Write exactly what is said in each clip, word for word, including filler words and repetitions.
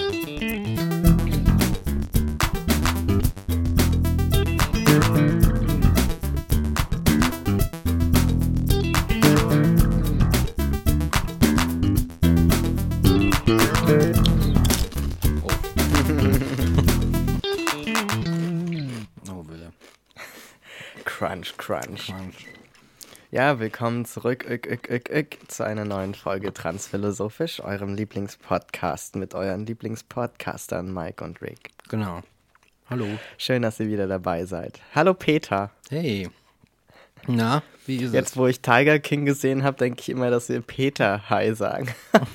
Crunch, Crunch, Crunch. Ja, willkommen zurück ik, ik, ik, ik, zu einer neuen Folge Transphilosophisch, eurem Lieblingspodcast mit euren Lieblingspodcastern Mike und Rick. Genau. Hallo. Schön, dass ihr wieder dabei seid. Hallo Peter. Hey. Na, wie ist es? Jetzt, wo ich Tiger King gesehen habe, denke ich immer, dass wir Peter Hi sagen.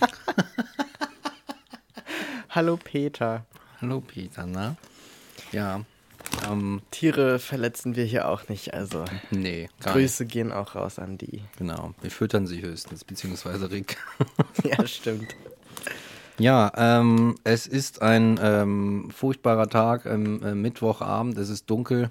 Hallo Peter. Hallo Peter, na? Ja. Ähm, Tiere verletzen wir hier auch nicht, also nee, gar Grüße nicht. Gehen auch raus an die. Genau, wir füttern sie höchstens, beziehungsweise Rick. Ja, stimmt. Ja, ähm, es ist ein ähm, furchtbarer Tag, ähm, äh, Mittwochabend, es ist dunkel,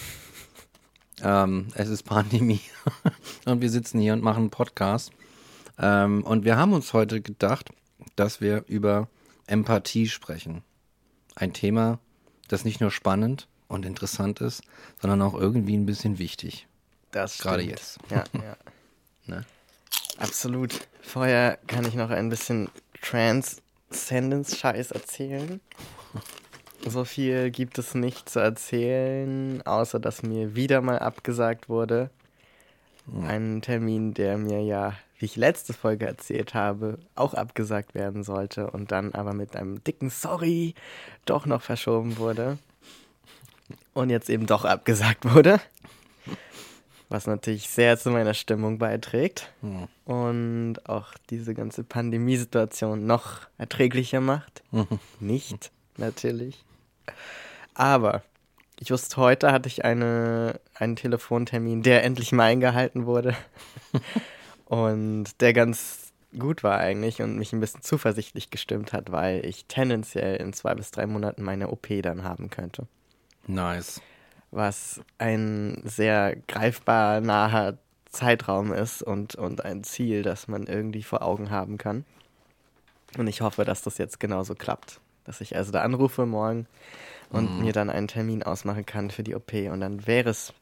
ähm, es ist Pandemie und wir sitzen hier und machen einen Podcast. Ähm, und wir haben uns heute gedacht, dass wir über Empathie sprechen. Ein Thema, das nicht nur spannend und interessant ist, sondern auch irgendwie ein bisschen wichtig. Das stimmt. Gerade jetzt. Ja, ja. Ne? Absolut. Vorher kann ich noch ein bisschen Transcendence-Scheiß erzählen. So viel gibt es nicht zu erzählen, außer dass mir wieder mal abgesagt wurde. Mhm. Ein Termin, der mir ja, wie ich letzte Folge erzählt habe, auch abgesagt werden sollte und dann aber mit einem dicken Sorry doch noch verschoben wurde. Und jetzt eben doch abgesagt wurde. Was natürlich sehr zu meiner Stimmung beiträgt. Mhm. Und auch diese ganze Pandemiesituation noch erträglicher macht. Mhm. Nicht, natürlich. Aber just heute hatte ich eine, einen Telefontermin, der endlich mal eingehalten wurde. Und der ganz gut war eigentlich und mich ein bisschen zuversichtlich gestimmt hat, weil ich tendenziell in zwei bis drei Monaten meine O P dann haben könnte. Nice. Was ein sehr greifbar naher Zeitraum ist und, und ein Ziel, das man irgendwie vor Augen haben kann. Und ich hoffe, dass das jetzt genauso klappt. Dass ich also da anrufe morgen und mm. mir dann einen Termin ausmachen kann für die O P. Und dann wäre es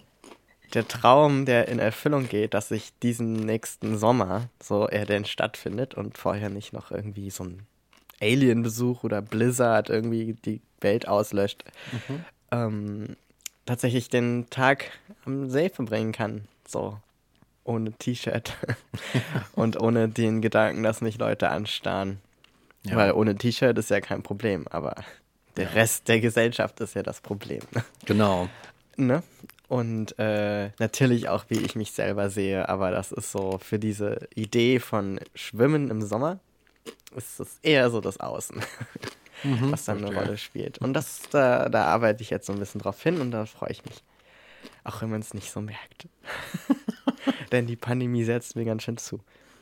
der Traum, der in Erfüllung geht, dass ich diesen nächsten Sommer, so er denn stattfindet und vorher nicht noch irgendwie so ein Alien-Besuch oder Blizzard irgendwie die Welt auslöscht, mhm. ähm, tatsächlich den Tag am See verbringen kann. So, ohne T-Shirt und ohne den Gedanken, dass mich Leute anstarren. Ja. Weil ohne T-Shirt ist ja kein Problem, aber der ja. Rest der Gesellschaft ist ja das Problem. Genau. Ne? Und äh, natürlich auch, wie ich mich selber sehe, aber das ist so für diese Idee von Schwimmen im Sommer, ist es eher so das Außen, mhm, was dann eine okay. Rolle spielt. Und das, da, da arbeite ich jetzt so ein bisschen drauf hin und da freue ich mich. Auch wenn man es nicht so merkt. Denn die Pandemie setzt mir ganz schön zu.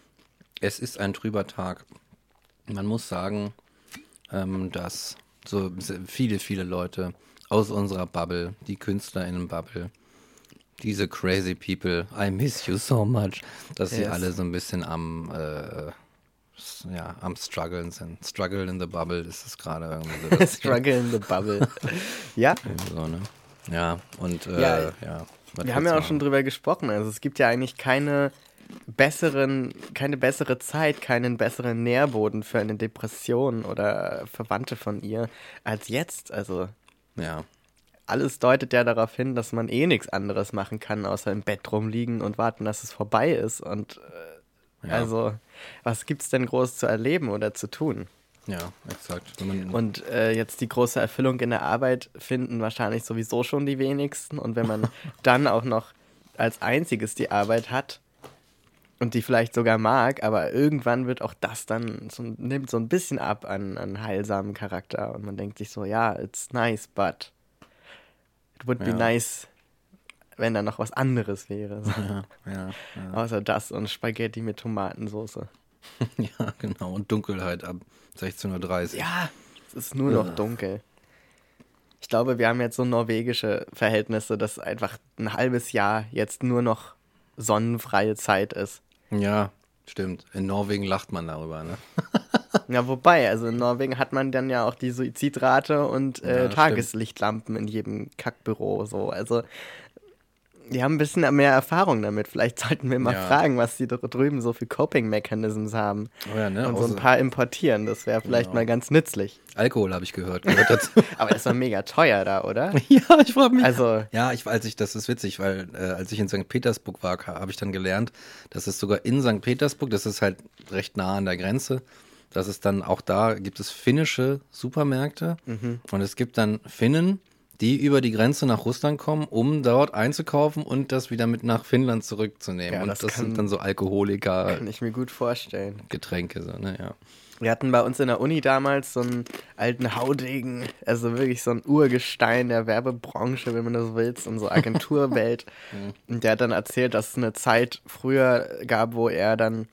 Es ist ein trüber Tag. Man muss sagen, ähm, dass so viele, viele Leute aus unserer Bubble, die KünstlerInnen-Bubble, diese crazy people, I miss you so much, dass yes. sie alle so ein bisschen am äh, ja, am struggeln sind. Struggle in the Bubble ist es gerade irgendwie so. Struggle in the Bubble. Ja. So, ne? Ja, und äh, ja, ja. Wir haben ja auch machen? schon drüber gesprochen. Also es gibt ja eigentlich keine besseren, keine bessere Zeit, keinen besseren Nährboden für eine Depression oder Verwandte von ihr als jetzt. Also ja. Alles deutet ja darauf hin, dass man eh nichts anderes machen kann, außer im Bett rumliegen und warten, dass es vorbei ist. Und äh, ja. also, was gibt's denn groß zu erleben oder zu tun? Ja, exakt. Und äh, jetzt die große Erfüllung in der Arbeit finden wahrscheinlich sowieso schon die wenigsten. Und wenn man dann auch noch als einziges die Arbeit hat und die vielleicht sogar mag, aber irgendwann wird auch das dann, so, nimmt so ein bisschen ab an, an heilsamen Charakter. Und man denkt sich so, ja, it's nice, but it would be ja. nice, wenn da noch was anderes wäre. So. Ja, ja, ja. Außer das und Spaghetti mit Tomatensauce. Ja, genau. Und Dunkelheit ab sechzehn Uhr dreißig. Ja, es ist nur noch dunkel. Ich glaube, wir haben jetzt so norwegische Verhältnisse, dass einfach ein halbes Jahr jetzt nur noch sonnenfreie Zeit ist. Ja, stimmt. In Norwegen lacht man darüber, ne? Ja, wobei, also in Norwegen hat man dann ja auch die Suizidrate und äh, Ja, Tageslichtlampen in jedem Kackbüro. So. Also die haben ein bisschen mehr Erfahrung damit. Vielleicht sollten wir mal Ja. fragen, was die da drüben so für Coping-Mechanisms haben. Oh ja, ne? Und so ein Außer- paar importieren. Das wäre vielleicht Genau. mal ganz nützlich. Alkohol habe ich gehört. gehört dazu. Aber das war mega teuer da, oder? Ja, ich frage mich. Also, Ja, ich, als ich, das ist witzig, weil äh, als ich in Sankt Petersburg war, habe ich dann gelernt, dass es sogar in Sankt Petersburg, das ist halt recht nah an der Grenze, dass es dann auch da gibt es finnische Supermärkte und es gibt dann Finnen, die über die Grenze nach Russland kommen, um dort einzukaufen und das wieder mit nach Finnland zurückzunehmen. Ja, und das das kann- sind dann so Alkoholiker, kann ich mir gut vorstellen. Getränke, so, ne, ja. Wir hatten bei uns in der Uni damals so einen alten Haudegen, also wirklich so ein Urgestein der Werbebranche, wenn man das will, und so Agenturwelt. Und der hat dann erzählt, dass es eine Zeit früher gab, wo er dann,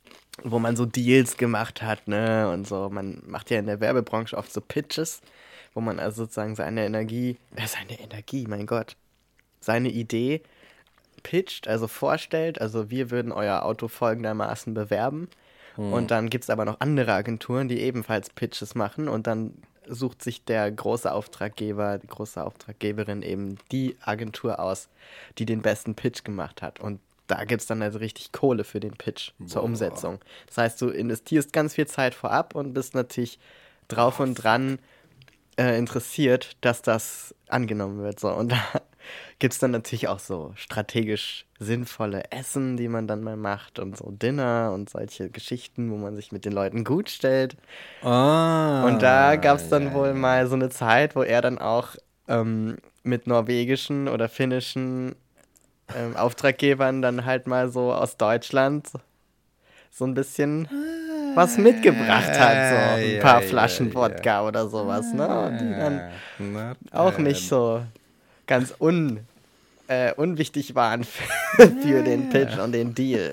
wo man so Deals gemacht hat, ne, und so. Man macht ja in der Werbebranche oft so Pitches, wo man also sozusagen seine Energie, äh, seine Energie, mein Gott, seine Idee pitcht, also vorstellt, also wir würden euer Auto folgendermaßen bewerben. Und dann gibt es aber noch andere Agenturen, die ebenfalls Pitches machen und dann sucht sich der große Auftraggeber, die große Auftraggeberin eben die Agentur aus, die den besten Pitch gemacht hat. Und da gibt es dann also richtig Kohle für den Pitch zur Umsetzung. Das heißt, du investierst ganz viel Zeit vorab und bist natürlich drauf und dran äh, interessiert, dass das angenommen wird. So. Und da gibt es dann natürlich auch so strategisch sinnvolle Essen, die man dann mal macht und so Dinner und solche Geschichten, wo man sich mit den Leuten gut stellt. Ah, Und da gab es dann ja, wohl ja. mal so eine Zeit, wo er dann auch ähm, mit norwegischen oder finnischen ähm, Auftraggebern dann halt mal so aus Deutschland so ein bisschen was mitgebracht hat, so ein Ja, paar ja, Flaschen ja. Wodka oder sowas, ne? Und die dann Not auch bad. nicht so ganz un, äh, unwichtig waren für, für den Pitch und den Deal.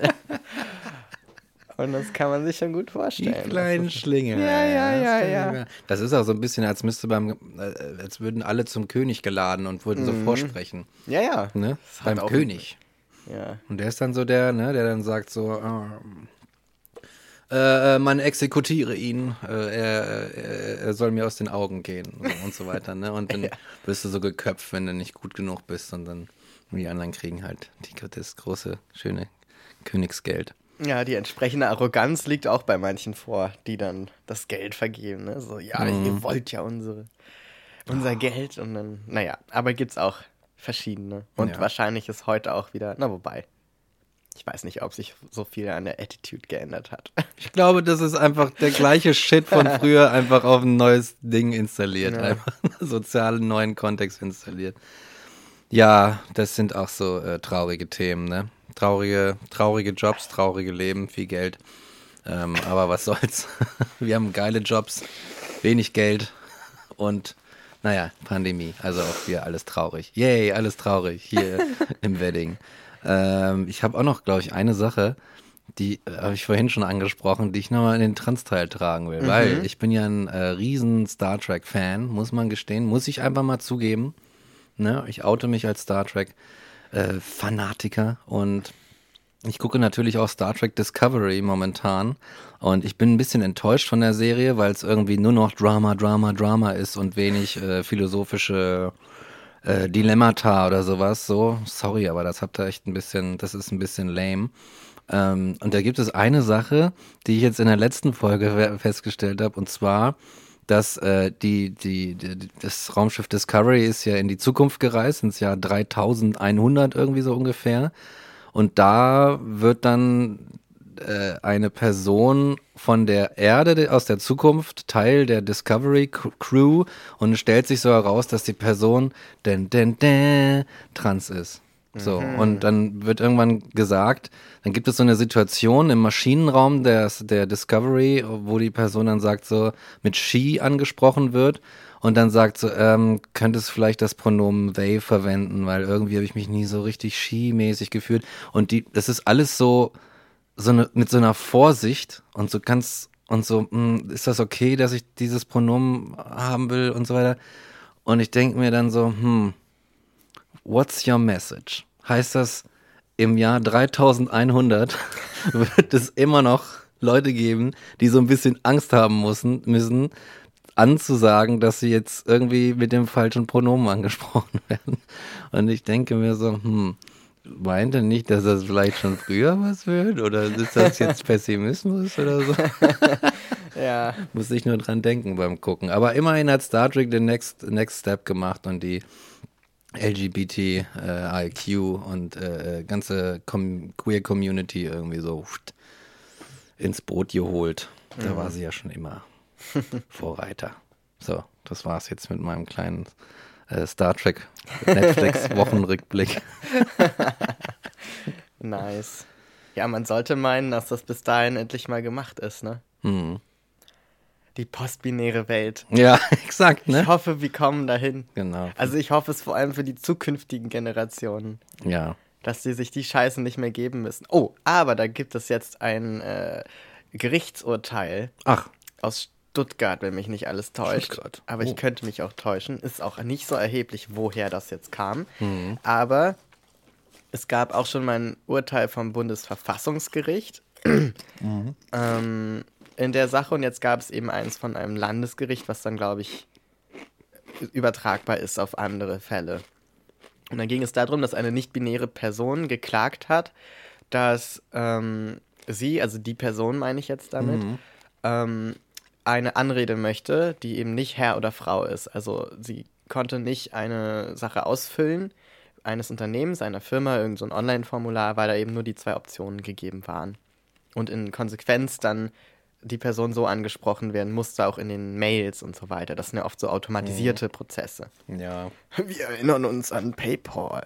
Und das kann man sich schon gut Die vorstellen. kleinen Das ist- Schlinge. Ja, ja, das ja, kann ich ja. mir- Das ist auch so ein bisschen, als müsste beim, äh, als würden alle zum König geladen und würden so vorsprechen. Ja, ja. Ne? Mhm. Das hat Beim auch- König. Ja. Und der ist dann so der, ne, der dann sagt so, ähm, äh, äh, man exekutiere ihn, äh, er, er, er soll mir aus den Augen gehen so, und so weiter, ne? Und dann wirst du so geköpft, wenn du nicht gut genug bist und dann die anderen kriegen halt die, das große, schöne Königsgeld. Ja, die entsprechende Arroganz liegt auch bei manchen vor, die dann das Geld vergeben. Ne? So, ja, ihr wollt ja unsere, unser Geld. Und dann, naja, aber gibt's auch verschiedene. Und Ja. wahrscheinlich ist heute auch wieder, na wobei, ich weiß nicht, ob sich so viel an der Attitude geändert hat. Ich glaube, das ist einfach der gleiche Shit von früher einfach auf ein neues Ding installiert. Ja. Einfach einen sozialen neuen Kontext installiert. Ja, das sind auch so äh, traurige Themen, ne? Traurige, traurige Jobs, traurige Leben, viel Geld. Ähm, aber was soll's? Wir haben geile Jobs, wenig Geld und naja, Pandemie. Also auch hier alles traurig. Yay, alles traurig hier im Wedding. Ähm, ich habe auch noch, glaube ich, eine Sache, die äh, habe ich vorhin schon angesprochen, die ich nochmal in den Trans-Teil tragen will. Weil ich bin ja ein äh, riesen Star Trek-Fan, muss man gestehen. Muss ich einfach mal zugeben. Ne? Ich oute mich als Star Trek-Fanatiker und ich gucke natürlich auch Star Trek Discovery momentan und ich bin ein bisschen enttäuscht von der Serie, weil es irgendwie nur noch Drama, Drama, Drama ist und wenig äh, philosophische äh, Dilemmata oder sowas. So, sorry, aber das habt ihr echt ein bisschen, das ist ein bisschen lame. Ähm, und da gibt es eine Sache, die ich jetzt in der letzten Folge fe- festgestellt habe, und zwar, dass äh, die, die, die, das Raumschiff Discovery ist ja in die Zukunft gereist, ins Jahr dreitausendeinhundert irgendwie so ungefähr. Und da wird dann äh, eine Person von der Erde aus der Zukunft Teil der Discovery Crew und es stellt sich so heraus, dass die Person den, den, den, trans ist. So, und dann wird irgendwann gesagt, dann gibt es so eine Situation im Maschinenraum der, der Discovery, wo die Person dann sagt so, mit she angesprochen wird und dann sagt so, ähm, könntest du vielleicht das Pronomen they verwenden, weil irgendwie habe ich mich nie so richtig she-mäßig gefühlt und die, das ist alles so, so eine, mit so einer Vorsicht und so ganz, und so, mh, ist das okay, dass ich dieses Pronomen haben will und so weiter und ich denke mir dann so, hm, what's your message? Heißt das, im Jahr dreitausendeinhundert wird es immer noch Leute geben, die so ein bisschen Angst haben müssen, müssen anzusagen, dass sie jetzt irgendwie mit dem falschen Pronomen angesprochen werden. Und ich denke mir so, hm, meint er nicht, dass das vielleicht schon früher was wird? Oder ist das jetzt Pessimismus oder so? Ja. Muss ich nur dran denken beim Gucken. Aber immerhin hat Star Trek den Next, Next Step gemacht und die L G B T I Q und äh, ganze Com- Queer Community irgendwie so pft, ins Boot geholt. Da Mhm. war sie ja schon immer Vorreiter. So, das war's jetzt mit meinem kleinen äh, Star Trek Netflix Wochenrückblick. Nice. Ja, man sollte meinen, dass das bis dahin endlich mal gemacht ist, ne? Hm. Die postbinäre Welt. Ja, exakt, Ich ne? hoffe, wir kommen dahin. Genau. Also ich hoffe es vor allem für die zukünftigen Generationen, Ja. dass die sich die Scheiße nicht mehr geben müssen. Oh, aber da gibt es jetzt ein äh, Gerichtsurteil Ach, aus Stuttgart, wenn mich nicht alles täuscht. Stuttgart. Aber Oh. ich könnte mich auch täuschen. Ist auch nicht so erheblich, woher das jetzt kam. Mhm. Aber es gab auch schon mal ein Urteil vom Bundesverfassungsgericht ähm, in der Sache. Und jetzt gab es eben eins von einem Landesgericht, was dann, glaube ich, übertragbar ist auf andere Fälle. Und dann ging es darum, dass eine nicht-binäre Person geklagt hat, dass ähm, sie, also die Person meine ich jetzt damit, Mhm. ähm, eine Anrede möchte, die eben nicht Herr oder Frau ist. Also sie konnte nicht eine Sache ausfüllen, eines Unternehmens, einer Firma, irgend so ein Online-Formular, weil da eben nur die zwei Optionen gegeben waren. Und in Konsequenz dann die Person so angesprochen werden musste, auch in den Mails und so weiter. Das sind ja oft so automatisierte Prozesse. Ja. Wir erinnern uns an PayPal.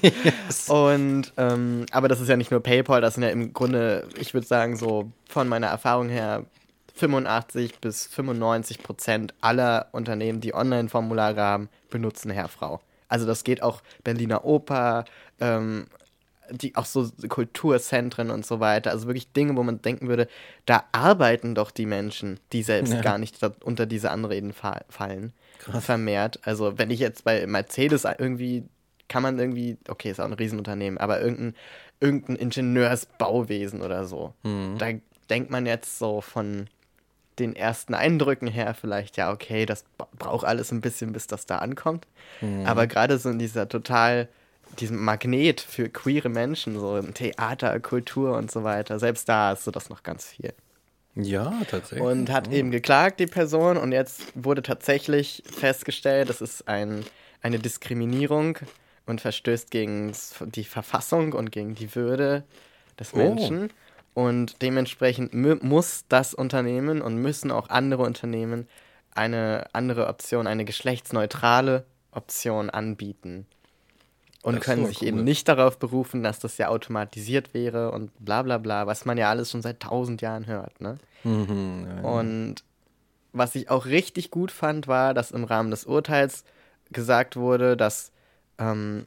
Und, ähm, aber das ist ja nicht nur PayPal, das sind ja im Grunde, ich würde sagen, so von meiner Erfahrung her fünfundachtzig bis fünfundneunzig Prozent aller Unternehmen, die Online-Formulare haben, benutzen Herr, Frau. Also das geht auch Berliner Oper, ähm, die auch so Kulturzentren und so weiter. Also wirklich Dinge, wo man denken würde, da arbeiten doch die Menschen, die selbst Ja. gar nicht da, unter diese Anreden fa- fallen. Krass. Vermehrt. Also wenn ich jetzt bei Mercedes irgendwie, kann man irgendwie, okay, ist auch ein Riesenunternehmen, aber irgendein, irgendein Ingenieursbauwesen oder so. Mhm. Da denkt man jetzt so von den ersten Eindrücken her vielleicht, ja, okay, das ba- braucht alles ein bisschen, bis das da ankommt. Mhm. Aber gerade so in dieser total, diesem Magnet für queere Menschen, so im Theater, Kultur und so weiter, selbst da hast du das noch ganz viel. Ja, tatsächlich. Und hat Oh. eben geklagt, die Person, und jetzt wurde tatsächlich festgestellt, das ist ein, eine Diskriminierung und verstößt gegen die Verfassung und gegen die Würde des Oh. Menschen. Und dementsprechend mü- muss das Unternehmen und müssen auch andere Unternehmen eine andere Option, eine geschlechtsneutrale Option anbieten. Und Das ist können aber sich cool. eben nicht darauf berufen, dass das ja automatisiert wäre und bla bla bla, was man ja alles schon seit tausend Jahren hört, ne? Mhm, ja, ja. Und was ich auch richtig gut fand, war, dass im Rahmen des Urteils gesagt wurde, dass ähm,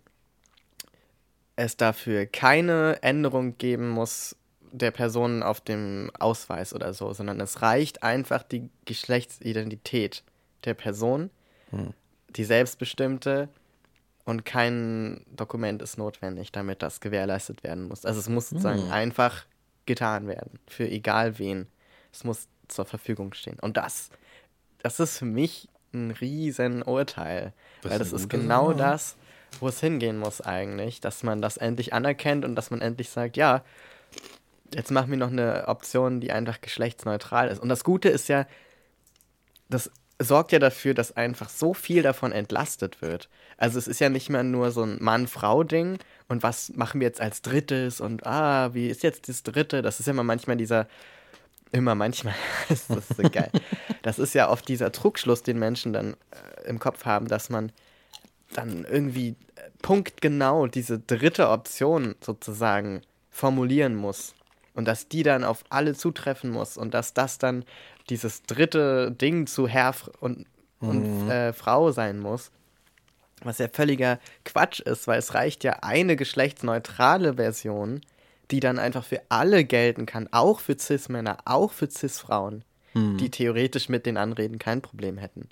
es dafür keine Änderung geben muss der Person auf dem Ausweis oder so, sondern es reicht einfach die Geschlechtsidentität der Person, Hm. die selbstbestimmte, und kein Dokument ist notwendig, damit das gewährleistet werden muss. Also es muss sozusagen Hm. einfach getan werden, für egal wen. Es muss zur Verfügung stehen. Und das, das ist für mich ein riesen Urteil, Das weil ist das eine ist gute genau Sache. das, wo es hingehen muss eigentlich, dass man das endlich anerkennt und dass man endlich sagt, ja, jetzt machen wir noch eine Option, die einfach geschlechtsneutral ist. Und das Gute ist ja, das sorgt ja dafür, dass einfach so viel davon entlastet wird. Also es ist ja nicht mehr nur so ein Mann-Frau-Ding und was machen wir jetzt als drittes und ah, wie ist jetzt das dritte? Das ist ja immer manchmal dieser, immer manchmal, das ist so geil. Das ist ja oft dieser Trugschluss, den Menschen dann äh, im Kopf haben, dass man dann irgendwie äh, punktgenau diese dritte Option sozusagen formulieren muss. Und dass die dann auf alle zutreffen muss und dass das dann dieses dritte Ding zu Herr f- und, und Mhm. äh, Frau sein muss. Was ja völliger Quatsch ist, weil es reicht ja eine geschlechtsneutrale Version, die dann einfach für alle gelten kann, auch für Cis-Männer, auch für Cis-Frauen, Hm. die theoretisch mit den Anreden kein Problem hätten.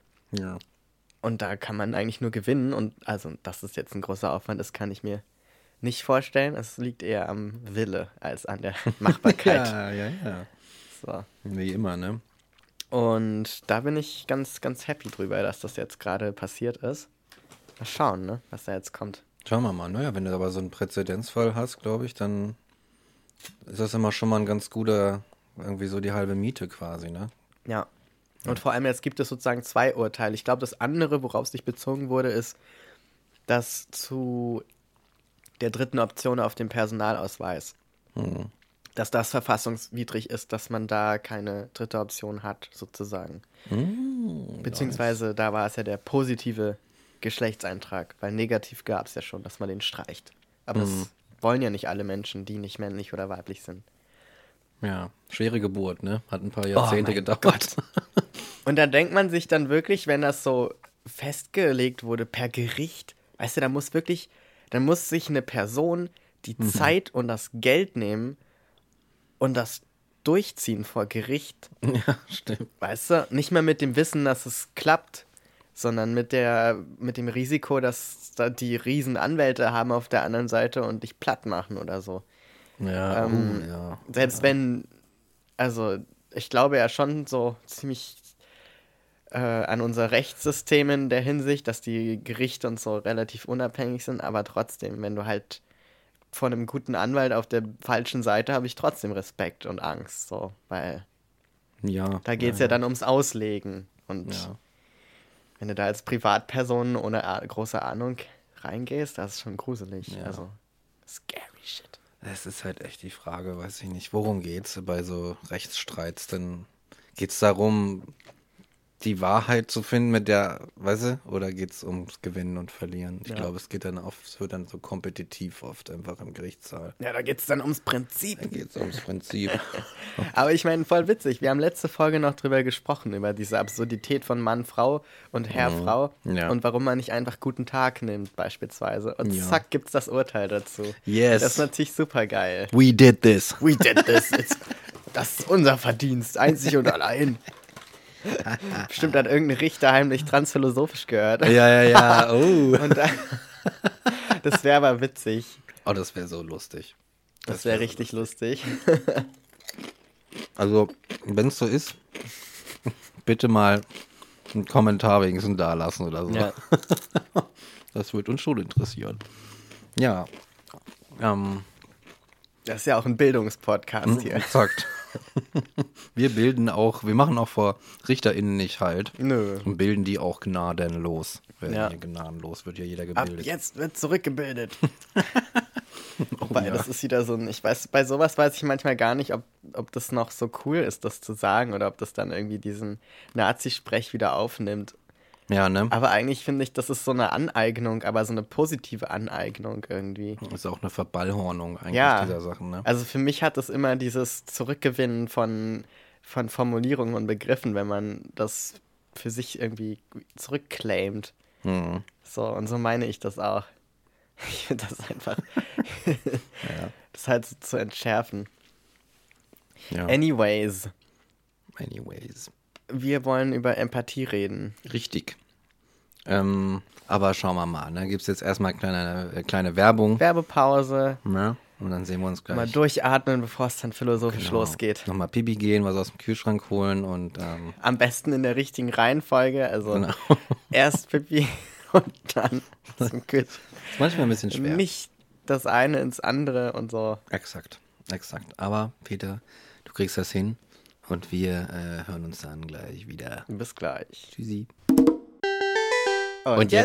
Ja. Und da kann man eigentlich nur gewinnen. Und also, dass es jetzt ein großer Aufwand ist, kann ich mir nicht vorstellen. Es liegt eher am Wille als an der Machbarkeit. Ja, ja, ja. So. Wie immer, ne? Und da bin ich ganz, ganz happy drüber, dass das jetzt gerade passiert ist. Mal schauen, ne, was da jetzt kommt. Schauen wir mal. Naja, wenn du aber so einen Präzedenzfall hast, glaube ich, dann ist das immer schon mal ein ganz guter, irgendwie so die halbe Miete quasi, ne? Ja. Und vor allem jetzt gibt es sozusagen zwei Urteile. Ich glaube, das andere, worauf sich bezogen wurde, ist, dass zu der dritten Option auf dem Personalausweis, Hm. dass das verfassungswidrig ist, dass man da keine dritte Option hat, sozusagen. Hm, Beziehungsweise nice. da war es ja der positive Geschlechtseintrag, weil negativ gab es ja schon, dass man den streicht. Aber Mhm. das wollen ja nicht alle Menschen, die nicht männlich oder weiblich sind. Ja, schwere Geburt, ne? Hat ein paar Jahrzehnte mein gedauert. Gott. Und da denkt man sich dann wirklich, wenn das so festgelegt wurde per Gericht, weißt du, da muss wirklich, da muss sich eine Person die Mhm. Zeit und das Geld nehmen und das durchziehen vor Gericht. Ja, stimmt. Weißt du, nicht mehr mit dem Wissen, dass es klappt, sondern mit der, mit dem Risiko, dass da die riesen Anwälte haben auf der anderen Seite und dich platt machen oder so. Ja, Ähm, oh, ja. Selbst wenn, also ich glaube ja schon so ziemlich äh, an unser Rechtssystem in der Hinsicht, dass die Gerichte und so relativ unabhängig sind, aber trotzdem, wenn du halt von einem guten Anwalt auf der falschen Seite, habe ich trotzdem Respekt und Angst, so, weil Ja. da geht es ja, ja dann ums Auslegen und Ja. wenn du da als Privatperson ohne a- große Ahnung reingehst, das ist schon gruselig, Ja. also scary shit. Es ist halt echt die Frage, weiß ich nicht, worum geht's bei so Rechtsstreits? Denn geht's darum, die Wahrheit zu finden mit der, weißt du, oder geht's ums Gewinnen und Verlieren? Ich Ja. glaube, es geht dann oft, es wird dann so kompetitiv oft einfach im Gerichtssaal. Ja, da geht es dann ums Prinzip. Dann geht's ums Prinzip. Aber ich meine, voll witzig. Wir haben letzte Folge noch drüber gesprochen, über diese Absurdität von Mann, Frau und Herr, Mhm. Frau. Ja. Und warum man nicht einfach guten Tag nimmt, beispielsweise. Und Ja. zack, gibt's das Urteil dazu. Yes. Das ist natürlich super geil. We did this. We did this. It's, das ist unser Verdienst, einzig und allein. Bestimmt hat irgendein Richter heimlich transphilosophisch gehört. Ja, ja, ja. Oh, Und dann, das wäre aber witzig. oh das wäre so lustig. Das, Das wäre wär so richtig lustig. Also, wenn es so ist, bitte mal einen Kommentar wenigstens da lassen oder so. Ja. Das würde uns schon interessieren. Ja. Ähm, Das ist ja auch ein Bildungspodcast hier. exakt. Wir bilden auch, wir machen auch vor RichterInnen nicht halt Nö. und bilden die auch gnadenlos. Werden Ja. hier gnadenlos, wird ja jeder Ab gebildet. jetzt wird zurückgebildet. Wobei, ja. das ist wieder so ein, ich weiß, bei sowas weiß ich manchmal gar nicht, ob, ob das noch so cool ist, das zu sagen oder ob das dann irgendwie diesen Nazi-Sprech wieder aufnimmt. Ja, ne? Aber eigentlich finde ich, das ist so eine Aneignung, aber so eine positive Aneignung irgendwie. Ist auch eine Verballhornung eigentlich Ja. dieser Sachen, ne? Also für mich hat es immer dieses Zurückgewinnen von, von Formulierungen und Begriffen, wenn man das für sich irgendwie zurückclaimt. Hm. So, und so meine ich das auch. Ich finde das einfach, Ja. das halt so zu entschärfen. ja. Anyways, Anyways. wir wollen über Empathie reden. Richtig. Ähm, aber schauen wir mal, ne? Gibt es jetzt erstmal kleine, äh, kleine Werbung. Werbepause, Ne? Und dann sehen wir uns gleich. mal durchatmen, bevor es dann philosophisch Genau. losgeht. Nochmal Pipi gehen, was aus dem Kühlschrank holen und ähm, Am besten in der richtigen Reihenfolge, also genau. erst Pipi und dann zum Kühl. Ist manchmal ein bisschen schwer. Nicht das eine ins andere und so. Exakt, exakt. Aber Peter, du kriegst das hin und wir äh, hören uns dann gleich wieder. Bis gleich. Tschüssi. Und,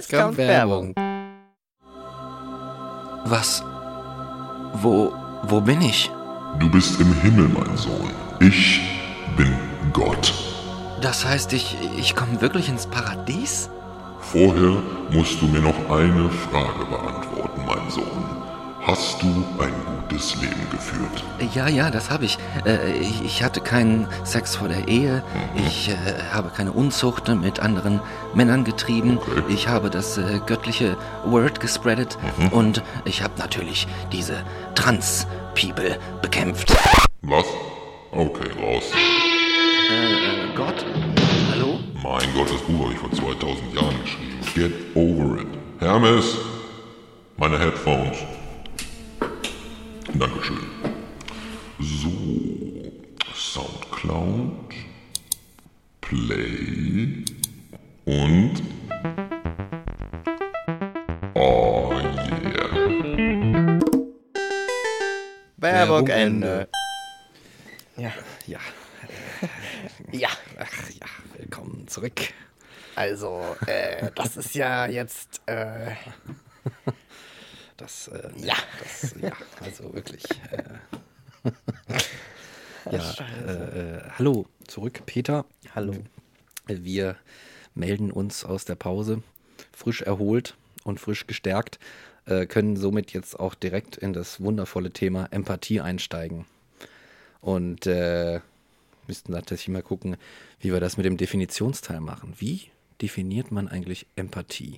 Was? Wo, wo bin ich? Du bist im Himmel, mein Sohn. Ich bin Gott. Das heißt, ich, ich komme wirklich ins Paradies? Vorher musst du mir noch eine Frage beantworten, mein Sohn. Hast du ein gutes Leben geführt? Ja, ja, das habe ich. Äh, ich. Ich hatte keinen Sex vor der Ehe. Ich äh, habe keine Unzucht mit anderen Männern getrieben. Okay. Ich habe das äh, göttliche Word gespreadet. Und ich habe natürlich diese Trans-People bekämpft. Was? Okay, raus. Äh, Gott? Hallo? Mein Gott, das Buch habe ich vor zweitausend Jahren geschrieben. Get over it. Hermes, meine Headphones. Dankeschön. So, Soundcloud, Play und... Oh yeah. Werbung Werbung Ende. Ja. Ja, Ja. ach ja, willkommen zurück. Also, äh, das ist ja jetzt, äh, Das, äh, Ja. das, ja, also wirklich. Äh, ja, äh, äh, hallo zurück, Peter. Hallo. Wir melden uns aus der Pause, frisch erholt und frisch gestärkt, äh, können somit jetzt auch direkt in das wundervolle Thema Empathie einsteigen. Und äh, müssten tatsächlich mal gucken, wie wir das mit dem Definitionsteil machen. Wie definiert man eigentlich Empathie?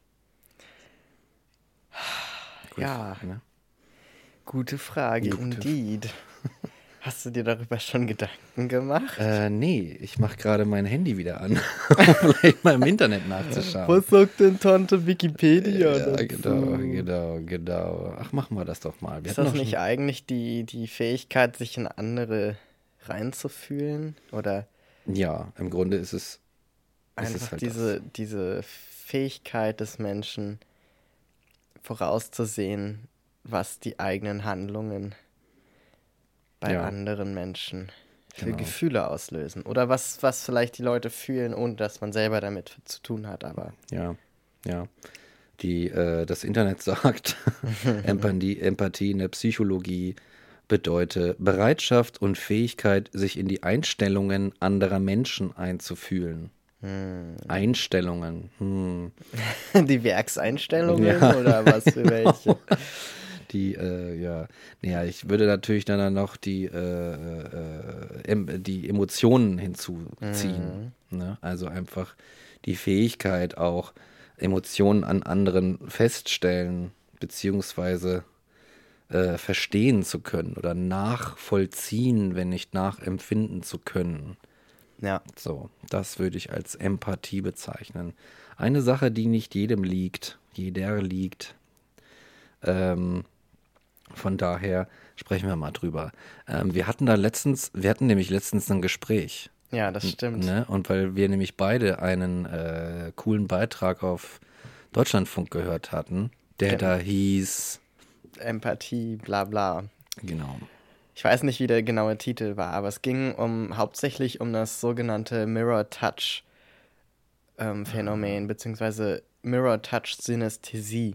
Ja, Ne? gute Frage, Gute indeed. Hast du dir darüber schon Gedanken gemacht? Äh, nee, ich mache gerade mein Handy wieder an, um vielleicht mal im Internet nachzuschauen. Was sagt denn Tante Wikipedia Ja, dazu? genau, genau, genau. Ach, machen wir das doch mal. Wir Ist hatten das doch nicht schon- eigentlich die, die Fähigkeit, sich in andere reinzufühlen? Oder Ja, im Grunde ist es, ist einfach es halt diese, diese Fähigkeit des Menschen vorauszusehen, was die eigenen Handlungen bei Ja. anderen Menschen für Genau. Gefühle auslösen. Oder was, was vielleicht die Leute fühlen, ohne dass man selber damit zu tun hat. Aber das. Ja, ja. Die, äh, das Internet sagt, Empathie, Empathie in der Psychologie bedeutet Bereitschaft und Fähigkeit, sich in die Einstellungen anderer Menschen einzufühlen. Einstellungen. Hm. die Werkseinstellungen Ja. oder was für welche? Die, äh, ja, naja, ich würde natürlich dann noch die, äh, äh, em, die Emotionen hinzuziehen. Ne? Also einfach die Fähigkeit auch, Emotionen an anderen feststellen, beziehungsweise äh, verstehen zu können oder nachvollziehen, wenn nicht nachempfinden zu können. Ja. So, das würde ich als Empathie bezeichnen. Eine Sache, die nicht jedem liegt, jeder liegt. Ähm, von daher sprechen wir mal drüber. Ähm, wir hatten da letztens, wir hatten nämlich letztens ein Gespräch. Ja, das stimmt. Ne? Und weil wir nämlich beide einen äh, coolen Beitrag auf Deutschlandfunk gehört hatten, der Genau. da hieß, Empathie, bla bla. genau, Ich weiß nicht, wie der genaue Titel war, aber es ging um hauptsächlich um das sogenannte Mirror Touch ähm, Phänomen, beziehungsweise Mirror Touch Synästhesie.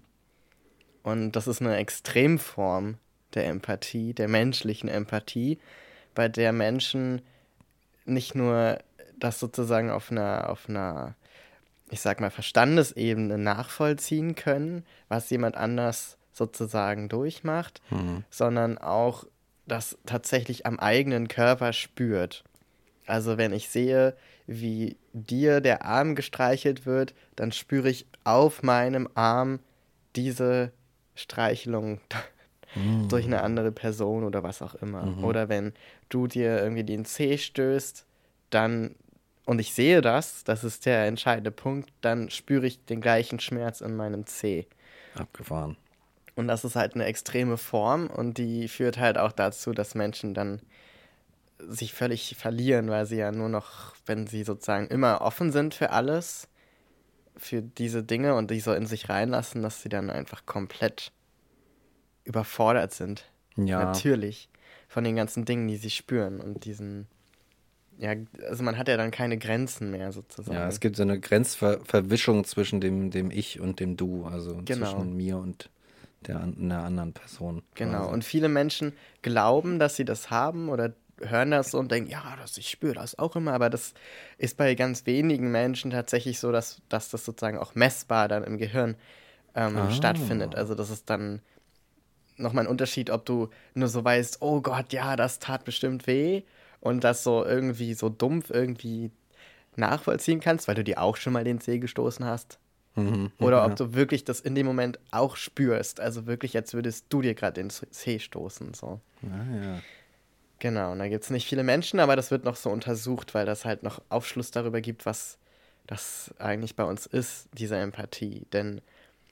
Und das ist eine Extremform der Empathie, der menschlichen Empathie, bei der Menschen nicht nur das sozusagen auf einer, auf einer, ich sag mal, Verstandesebene nachvollziehen können, was jemand anders sozusagen durchmacht, sondern auch das tatsächlich am eigenen Körper spürt. Also wenn ich sehe, wie dir der Arm gestreichelt wird, dann spüre ich auf meinem Arm diese Streichelung durch eine andere Person oder was auch immer. Oder wenn du dir irgendwie den Zeh stößt, dann, und ich sehe das, das ist der entscheidende Punkt, dann spüre ich den gleichen Schmerz in meinem Zeh. abgefahren. Und das ist halt eine extreme Form und die führt halt auch dazu, dass Menschen dann sich völlig verlieren, weil sie ja nur noch, wenn sie sozusagen immer offen sind für alles, für diese Dinge und die so in sich reinlassen, dass sie dann einfach komplett überfordert sind. Ja. Natürlich. Von den ganzen Dingen, die sie spüren und diesen, ja, also man hat ja dann keine Grenzen mehr sozusagen. Ja, es gibt so eine Grenzverwischung zwischen dem, dem Ich und dem Du, also Genau. zwischen mir und der, an- einer anderen Person. Genau, quasi. und viele Menschen glauben, dass sie das haben oder hören das so und denken, ja, das, ich spüre das auch immer, aber das ist bei ganz wenigen Menschen tatsächlich so, dass, dass das sozusagen auch messbar dann im Gehirn ähm, Ah. stattfindet. Also das ist dann nochmal ein Unterschied, ob du nur so weißt, oh Gott, ja, das tat bestimmt weh und das so irgendwie so dumpf irgendwie nachvollziehen kannst, weil du dir auch schon mal den Zeh gestoßen hast. Mhm, Oder ja. ob du wirklich das in dem Moment auch spürst. Also wirklich, als würdest du dir gerade den Zeh stoßen. So. Ah, ja. Genau, und da gibt es nicht viele Menschen, aber das wird noch so untersucht, weil das halt noch Aufschluss darüber gibt, was das eigentlich bei uns ist, diese Empathie. Denn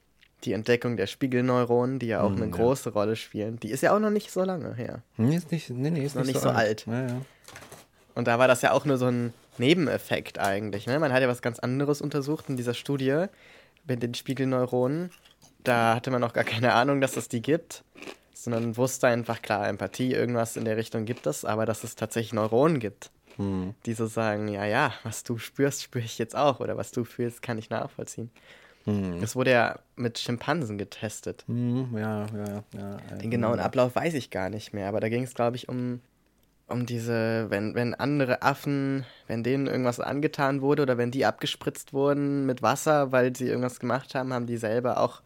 die Entdeckung der Spiegelneuronen, die ja auch Mhm, eine ja. große Rolle spielen. Die ist ja auch noch nicht so lange her. Nee, ist nicht, nee, nee, ist Noch nicht, nicht so so alt. Ja, ja. Und da war das ja auch nur so ein Nebeneffekt eigentlich. Ne? Man hat ja was ganz anderes untersucht in dieser Studie mit den Spiegelneuronen. Da hatte man noch gar keine Ahnung, dass es die gibt, sondern wusste einfach, klar, Empathie, irgendwas in der Richtung gibt es, aber dass es tatsächlich Neuronen gibt, Hm. die so sagen, ja, ja, was du spürst, spüre ich jetzt auch, oder was du fühlst, kann ich nachvollziehen. Hm. Das wurde ja mit Schimpansen getestet. Hm, ja, ja, ja. Den genauen Ablauf weiß ich gar nicht mehr, aber da ging es, glaube ich, um, um diese, wenn, wenn andere Affen, wenn denen irgendwas angetan wurde oder wenn die abgespritzt wurden mit Wasser, weil sie irgendwas gemacht haben, haben die selber auch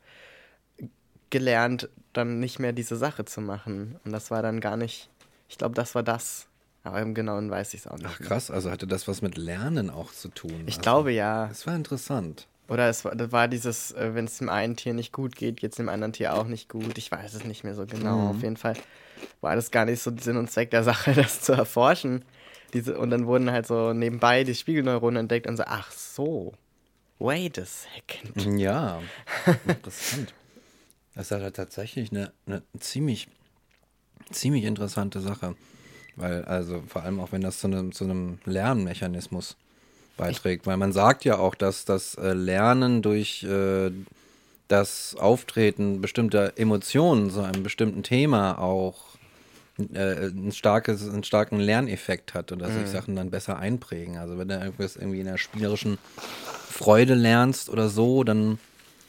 gelernt, dann nicht mehr diese Sache zu machen. Und das war dann gar nicht, ich glaube, das war das. Aber im Genauen weiß ich es auch nicht. Ach mehr. krass, also hatte das was mit Lernen auch zu tun? Ich also, glaube ja. Das war interessant. Oder es war, das war dieses, äh, wenn es dem einen Tier nicht gut geht, geht es dem anderen Tier auch nicht gut. Ich weiß es nicht mehr so genau. Mhm. Auf jeden Fall war das gar nicht so Sinn und Zweck der Sache, das zu erforschen. Diese, und dann wurden halt so nebenbei die Spiegelneuronen entdeckt und so, ach so, wait a second. Ja, interessant. Das ist halt tatsächlich eine, eine ziemlich, ziemlich interessante Sache. Weil, also vor allem auch wenn das zu einem, zu einem Lernmechanismus beiträgt. Weil man sagt ja auch, dass das äh, Lernen durch äh, das Auftreten bestimmter Emotionen zu einem bestimmten Thema auch äh, ein starkes, einen starken Lerneffekt hat und dass sich Sachen dann besser einprägen. Also wenn du irgendwas irgendwie in der spielerischen Freude lernst oder so, dann,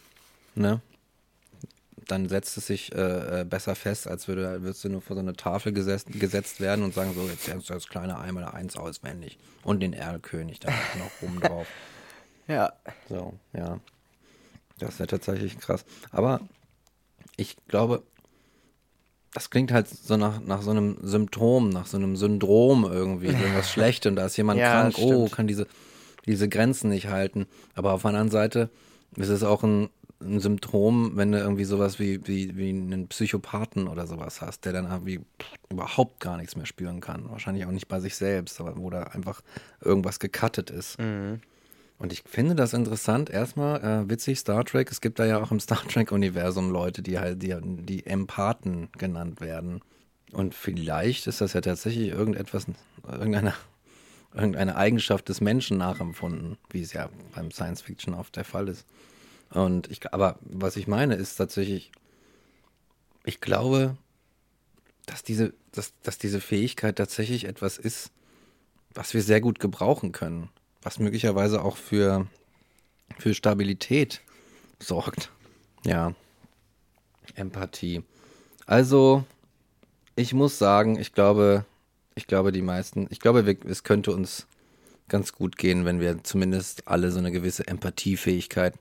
ne, dann setzt es sich äh, äh, besser fest, als würde, würdest du nur vor so eine Tafel gesetzt, gesetzt werden und sagen, so, jetzt lernst du das kleine einmal eins auswendig und den Erlkönig da noch rum drauf. Ja, So, ja. Das ist ja tatsächlich krass. Aber ich glaube, das klingt halt so nach, nach so einem Symptom, nach so einem Syndrom irgendwie, irgendwas schlecht und da ist jemand Ja, krank, oh, stimmt. kann diese, diese Grenzen nicht halten. Aber auf der anderen Seite ist es auch ein, ein Symptom, wenn du irgendwie sowas wie, wie, wie einen Psychopathen oder sowas hast, der dann irgendwie pff, überhaupt gar nichts mehr spüren kann. Wahrscheinlich auch nicht bei sich selbst, aber wo da einfach irgendwas gecuttet ist. Mhm. Und ich finde das interessant. Erstmal, äh, witzig, Star Trek. Es gibt da ja auch im Star Trek-Universum Leute, die halt die, die Empathen genannt werden. Und vielleicht ist das ja tatsächlich irgendetwas, irgendeine, irgendeine Eigenschaft des Menschen nachempfunden, wie es ja beim Science Fiction oft der Fall ist. Und ich, aber was ich meine, ist tatsächlich, ich glaube, dass diese, dass, dass diese Fähigkeit tatsächlich etwas ist, was wir sehr gut gebrauchen können. Was möglicherweise auch für, für Stabilität sorgt. Ja. Empathie. Also, ich muss sagen, ich glaube, ich glaube, die meisten, ich glaube, wir, es könnte uns ganz gut gehen, wenn wir zumindest alle so eine gewisse Empathiefähigkeit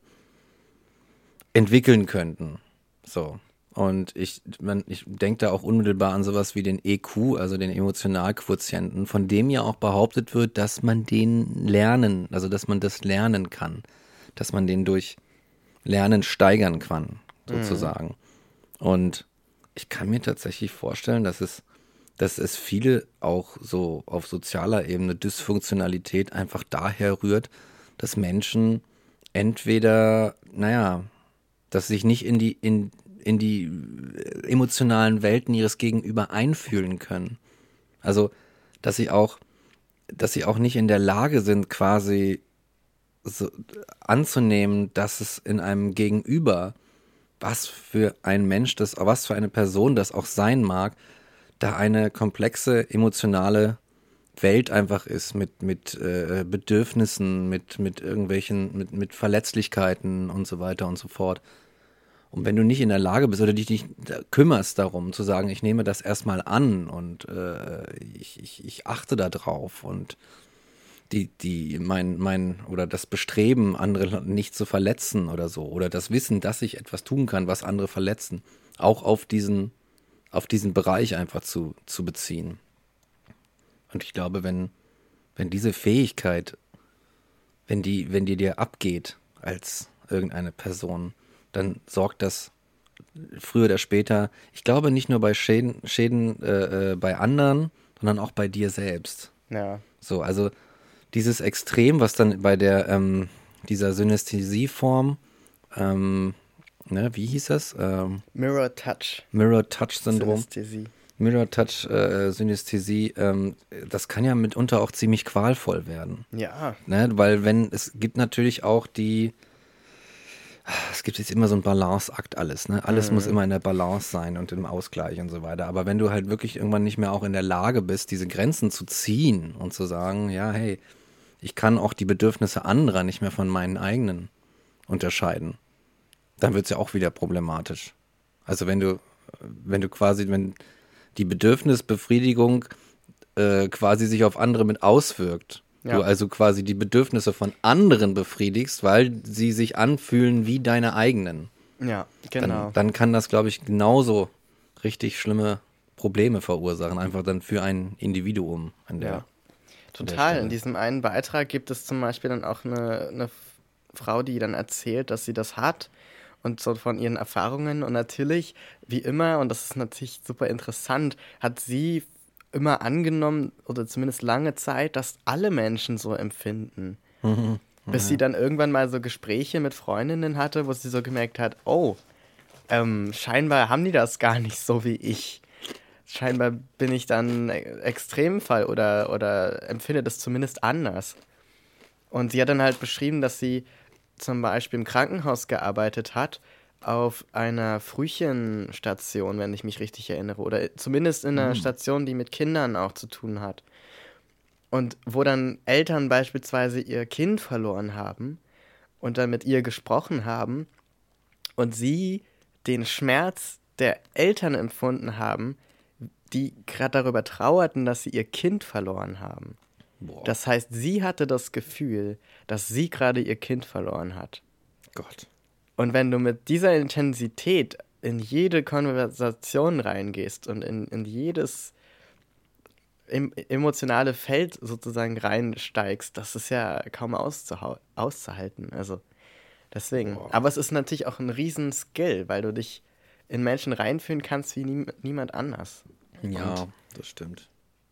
entwickeln könnten. So. Und ich, man, ich denke da auch unmittelbar an sowas wie den E Q, also den Emotionalquotienten, von dem ja auch behauptet wird, dass man den lernen, also dass man das lernen kann, dass man den durch Lernen steigern kann, sozusagen. Mhm. Und ich kann mir tatsächlich vorstellen, dass es, dass es viele auch so auf sozialer Ebene Dysfunktionalität einfach daher rührt, dass Menschen entweder, naja, dass sich nicht in die, in, in die emotionalen Welten ihres Gegenüber einfühlen können. Also, dass sie auch, dass sie auch nicht in der Lage sind, quasi so anzunehmen, dass es in einem Gegenüber, was für ein Mensch das, was für eine Person das auch sein mag, da eine komplexe emotionale Welt einfach ist mit, mit äh, Bedürfnissen, mit, mit irgendwelchen, mit, mit Verletzlichkeiten und so weiter und so fort. Und wenn du nicht in der Lage bist oder dich nicht kümmerst darum, zu sagen, ich nehme das erstmal an und äh, ich, ich, ich achte da drauf und die, die, mein, mein, oder das Bestreben, andere nicht zu verletzen oder so, oder das Wissen, dass ich etwas tun kann, was andere verletzen, auch auf diesen, auf diesen Bereich einfach zu, zu beziehen. Und ich glaube, wenn, wenn diese Fähigkeit, wenn die, wenn die dir abgeht als irgendeine Person, dann sorgt das früher oder später, ich glaube nicht nur bei Schäden, Schäden äh, äh, bei anderen, sondern auch bei dir selbst. Ja. So, also dieses Extrem, was dann bei der ähm, dieser Synästhesieform ähm, ne, wie hieß das? Ähm, Mirror Touch. Mirror Touch Syndrom. Synästhesie. Mirror Touch äh, Synästhesie, ähm, das kann ja mitunter auch ziemlich qualvoll werden. Ja. Ne? Weil wenn, es gibt natürlich auch die, es gibt jetzt immer so einen Balanceakt alles, ne? Alles Mhm. muss immer in der Balance sein und im Ausgleich und so weiter. Aber wenn du halt wirklich irgendwann nicht mehr auch in der Lage bist, diese Grenzen zu ziehen und zu sagen, ja, hey, ich kann auch die Bedürfnisse anderer nicht mehr von meinen eigenen unterscheiden, dann wird es ja auch wieder problematisch. Also wenn du, wenn du quasi, wenn die Bedürfnisbefriedigung äh, quasi sich auf andere mit auswirkt. Ja. Du also quasi die Bedürfnisse von anderen befriedigst, weil sie sich anfühlen wie deine eigenen. Ja, genau. Dann, dann kann das, glaube ich, genauso richtig schlimme Probleme verursachen, einfach dann für ein Individuum an der. Ja. an der Total. Stelle. In diesem einen Beitrag gibt es zum Beispiel dann auch eine, eine F- Frau, die dann erzählt, dass sie das hat und so von ihren Erfahrungen. Und natürlich, wie immer, und das ist natürlich super interessant, hat sie immer angenommen, oder zumindest lange Zeit, dass alle Menschen so empfinden. Bis sie dann irgendwann mal so Gespräche mit Freundinnen hatte, wo sie so gemerkt hat, oh, ähm, scheinbar haben die das gar nicht so wie ich. Scheinbar bin ich dann e- Extremfall oder, oder empfinde das zumindest anders. Und sie hat dann halt beschrieben, dass sie zum Beispiel im Krankenhaus gearbeitet hat, auf einer Frühchenstation, wenn ich mich richtig erinnere, oder zumindest in einer Station, die mit Kindern auch zu tun hat. Und wo dann Eltern beispielsweise ihr Kind verloren haben und dann mit ihr gesprochen haben und sie den Schmerz der Eltern empfunden haben, die gerade darüber trauerten, dass sie ihr Kind verloren haben. Boah, Das heißt, sie hatte das Gefühl, dass sie gerade ihr Kind verloren hat. Gott. Und wenn du mit dieser Intensität in jede Konversation reingehst und in, in jedes em emotionale Feld sozusagen reinsteigst, das ist ja kaum auszuhau- auszuhalten. Also deswegen. Boah. Aber es ist natürlich auch ein Riesen-Skill, weil du dich in Menschen reinfühlen kannst wie nie, niemand anders. Ja, das stimmt.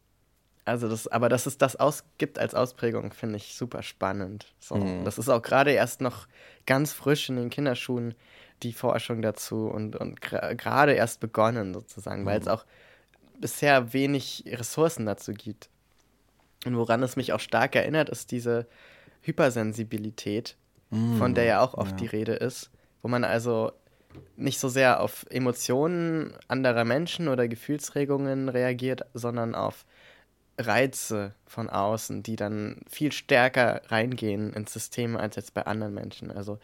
Also das, aber dass es das aus, gibt als Ausprägung, finde ich super spannend. So, Mhm. Das ist auch gerade erst noch ganz frisch in den Kinderschuhen, die Forschung dazu und, und gra- gerade erst begonnen sozusagen, weil es auch bisher wenig Ressourcen dazu gibt. Und woran es mich auch stark erinnert, ist diese Hypersensibilität, von der ja auch oft ja. die Rede ist, wo man also nicht so sehr auf Emotionen anderer Menschen oder Gefühlsregungen reagiert, sondern auf Reize von außen, die dann viel stärker reingehen ins System als jetzt bei anderen Menschen. Also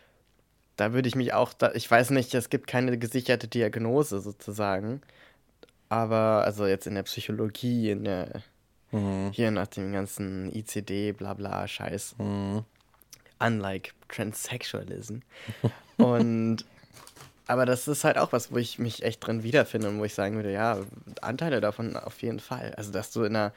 da würde ich mich auch, da, ich weiß nicht, es gibt keine gesicherte Diagnose sozusagen, aber also jetzt in der Psychologie, in der, Mhm. hier nach dem ganzen I C D, bla bla, Scheiß, Mhm. unlike Transsexualism. Und aber das ist halt auch was, wo ich mich echt drin wiederfinde und wo ich sagen würde, ja, Anteile davon auf jeden Fall. Also, dass du in einer,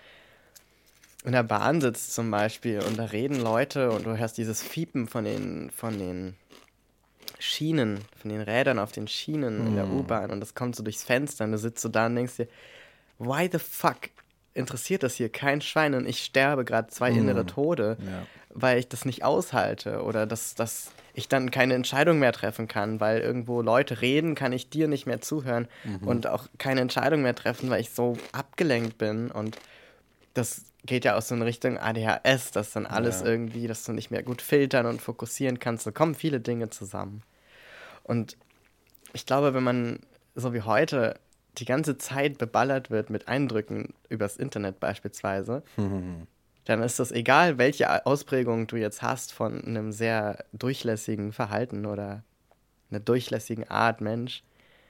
in der Bahn sitzt zum Beispiel und da reden Leute und du hörst dieses Fiepen von den, von den Schienen, von den Rädern auf den Schienen in der U-Bahn und das kommt so durchs Fenster und du sitzt so da und denkst dir, why the fuck interessiert das hier kein Schwein und ich sterbe gerade zwei innere Tode, Ja. weil ich das nicht aushalte oder dass, dass ich dann keine Entscheidung mehr treffen kann, weil irgendwo Leute reden, kann ich dir nicht mehr zuhören und auch keine Entscheidung mehr treffen, weil ich so abgelenkt bin und das geht ja auch so in Richtung A D H S, dass dann alles Ja. irgendwie, dass du nicht mehr gut filtern und fokussieren kannst, da kommen viele Dinge zusammen. Und ich glaube, wenn man so wie heute die ganze Zeit beballert wird mit Eindrücken übers Internet beispielsweise, dann ist das egal, welche Ausprägung du jetzt hast von einem sehr durchlässigen Verhalten oder einer durchlässigen Art Mensch.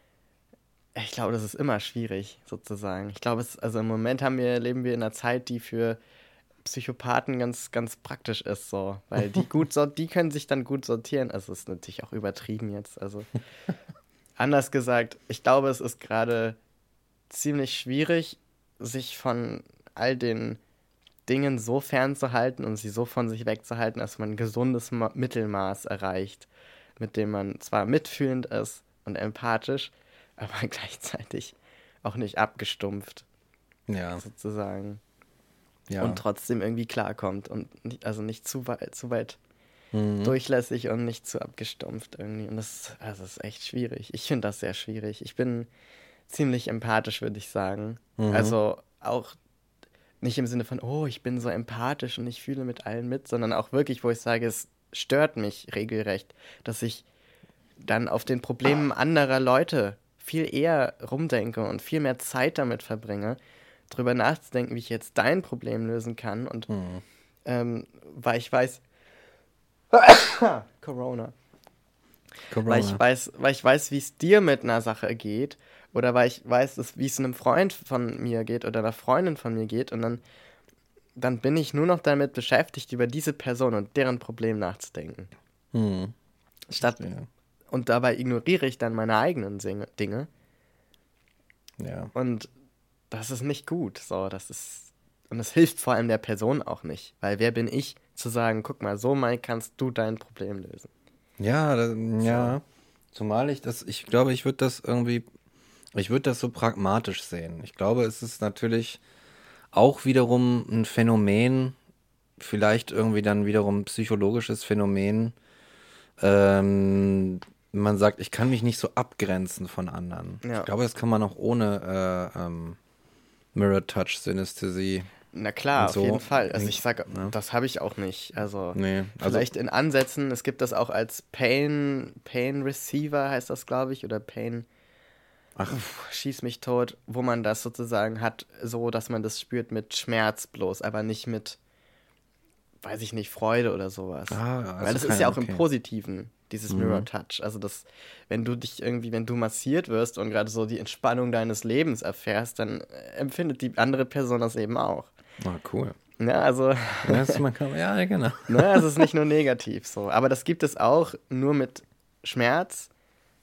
Ich glaube, das ist immer schwierig, sozusagen. Ich glaube, es, also im Moment haben wir, leben wir in einer Zeit, die für Psychopathen ganz, ganz praktisch ist, so. Weil die gut sort, die können sich dann gut sortieren. Also es ist natürlich auch übertrieben jetzt. Also anders gesagt, ich glaube, es ist gerade ziemlich schwierig, sich von all den Dingen so fernzuhalten und sie so von sich wegzuhalten, dass man ein gesundes Ma- Mittelmaß erreicht, mit dem man zwar mitfühlend ist und empathisch, aber gleichzeitig auch nicht abgestumpft, Ja. sozusagen. Ja. Und trotzdem irgendwie klarkommt und nicht, also nicht zu weit, zu weit Mhm. durchlässig und nicht zu abgestumpft irgendwie. Und das, also das ist echt schwierig. Ich finde das sehr schwierig. Ich bin ziemlich empathisch, würde ich sagen. Mhm. Also auch nicht im Sinne von, oh, ich bin so empathisch und ich fühle mit allen mit, sondern auch wirklich, wo ich sage, es stört mich regelrecht, dass ich dann auf den Problemen anderer Leute viel eher rumdenke und viel mehr Zeit damit verbringe, drüber nachzudenken, wie ich jetzt dein Problem lösen kann. Und Mhm. ähm, weil ich weiß, Corona. Corona. Weil ich weiß, weil ich weiß, wie es dir mit einer Sache geht oder weil ich weiß, dass, wie es einem Freund von mir geht oder einer Freundin von mir geht und dann, dann bin ich nur noch damit beschäftigt, über diese Person und deren Problem nachzudenken. Mhm. Statt, Verstehe. und dabei ignoriere ich dann meine eigenen Singe, Dinge Ja. und das ist nicht gut. So, das ist, und das hilft vor allem der Person auch nicht, weil wer bin ich zu sagen, guck mal, so mal kannst du dein Problem lösen. Ja, da, ja. Zumal ich das, ich glaube, ich würde das irgendwie, ich würde das so pragmatisch sehen. Ich glaube, es ist natürlich auch wiederum ein Phänomen, vielleicht irgendwie dann wiederum ein psychologisches Phänomen. Ähm, man sagt, ich kann mich nicht so abgrenzen von anderen. Ja. Ich glaube, das kann man auch ohne äh, ähm, Mirror Touch Synästhesie. Na klar, Und auf so, jeden Fall. Also denk- ich sage, ja. das habe ich auch nicht. Also Nee, also vielleicht in Ansätzen, es gibt das auch als Pain, Pain Receiver heißt das, glaube ich, oder Pain, ach, Puh, schieß mich tot, wo man das sozusagen hat, so dass man das spürt mit Schmerz bloß, aber nicht mit, weiß ich nicht, Freude oder sowas. Ah, also Weil das ist kein- ja auch okay. im Positiven, dieses Mirror Touch. Also das, wenn du dich irgendwie, wenn du massiert wirst und gerade so die Entspannung deines Lebens erfährst, dann äh, empfindet die andere Person das eben auch. ah, cool. Ja, also, Das, man kann, ja, genau. ne, also es ist nicht nur negativ so. Aber das gibt es auch nur mit Schmerz.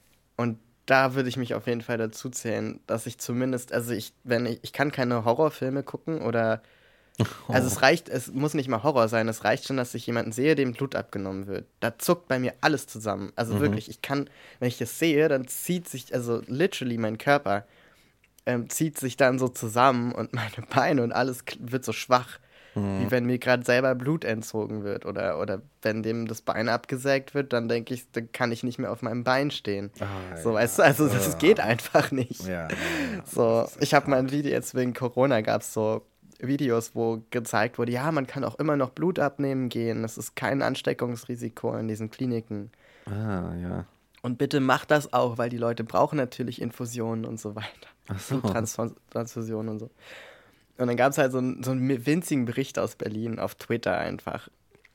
Und da würde ich mich auf jeden Fall dazu zählen, dass ich zumindest, also ich, wenn ich, ich kann keine Horrorfilme gucken oder, also es reicht, es muss nicht mal Horror sein, es reicht schon, dass ich jemanden sehe, dem Blut abgenommen wird. Da zuckt bei mir alles zusammen. Also wirklich, ich kann, wenn ich das sehe, dann zieht sich, also literally mein Körper ähm, zieht sich dann so zusammen und meine Beine und alles k- wird so schwach. Wie wenn mir gerade selber Blut entzogen wird oder, oder wenn dem das Bein abgesägt wird, dann denke ich, dann kann ich nicht mehr auf meinem Bein stehen. Ah, So, ja. weißt du, also das geht einfach nicht. Ja, ja, ja. So, ich habe mal ein Video jetzt wegen Corona, gab es so Videos, wo gezeigt wurde, ja, man kann auch immer noch Blut abnehmen gehen, es ist kein Ansteckungsrisiko in diesen Kliniken. Ah, ja. Und bitte macht das auch, weil die Leute brauchen natürlich Infusionen und so weiter. Ach so. Bluttransfusionen und so. Und dann gab es halt so einen, so einen winzigen Bericht aus Berlin auf Twitter einfach.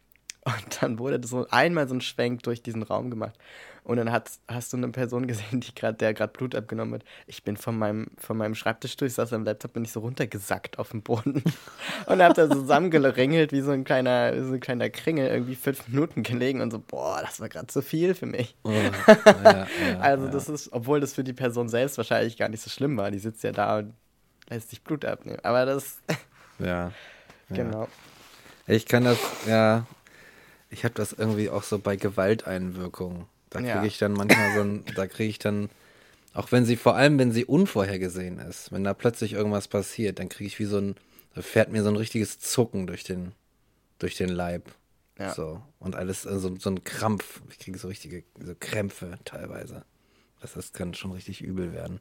Und dann wurde so einmal so ein Schwenk durch diesen Raum gemacht. Und dann hat, hast du eine Person gesehen, die grad, der gerade Blut abgenommen hat. Ich bin von meinem, von meinem Schreibtischstuhl, ich saß am Laptop, bin ich so runtergesackt auf den Boden. Und hab da so zusammengeringelt wie so ein kleiner, so ein kleiner Kringel, irgendwie fünf Minuten gelegen und so, boah, das war gerade zu viel für mich. Oh, ja, ja, Also ja. das ist, obwohl das für die Person selbst wahrscheinlich gar nicht so schlimm war. Die sitzt ja da und lässt sich Blut abnehmen. Aber das, Ja. genau. Ich kann das, ja, ich habe das irgendwie auch so bei Gewalteinwirkungen. Da kriege Ja. ich dann manchmal so ein, da kriege ich dann, auch wenn sie, vor allem wenn sie unvorhergesehen ist, wenn da plötzlich irgendwas passiert, dann kriege ich wie so ein, da fährt mir so ein richtiges Zucken durch den, durch den Leib. Ja. So. Und alles, also so ein Krampf. Ich kriege so richtige so Krämpfe teilweise. Das, das kann schon richtig übel werden.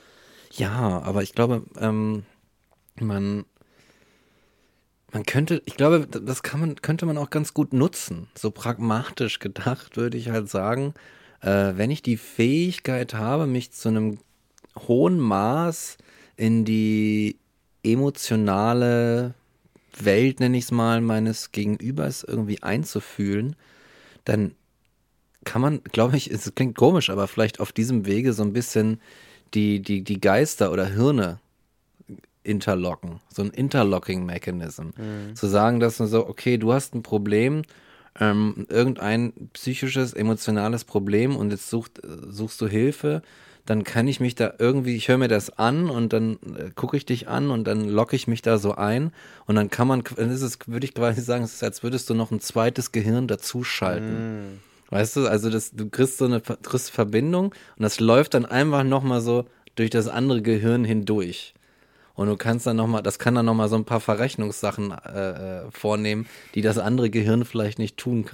Ja, aber ich glaube, ähm, man, man könnte, ich glaube, das kann man, könnte man auch ganz gut nutzen. So pragmatisch gedacht würde ich halt sagen, äh, wenn ich die Fähigkeit habe, mich zu einem hohen Maß in die emotionale Welt, nenne ich es mal, meines Gegenübers irgendwie einzufühlen, dann kann man, glaube ich, es klingt komisch, aber vielleicht auf diesem Wege so ein bisschen die, die, die Geister oder Hirne interlocken. So ein Interlocking-Mechanism. Zu sagen, dass du so, okay, du hast ein Problem, ähm, irgendein psychisches, emotionales Problem und jetzt sucht, suchst du Hilfe, dann kann ich mich da irgendwie, ich höre mir das an und dann äh, gucke ich dich an und dann locke ich mich da so ein und dann kann man, dann ist es, würde ich quasi sagen, es ist, als würdest du noch ein zweites Gehirn dazuschalten. Weißt du, also das, du kriegst so eine kriegst Verbindung und das läuft dann einfach nochmal so durch das andere Gehirn hindurch. Und du kannst dann nochmal, das kann dann nochmal so ein paar Verrechnungssachen äh, äh, vornehmen, die das andere Gehirn vielleicht nicht tun kann.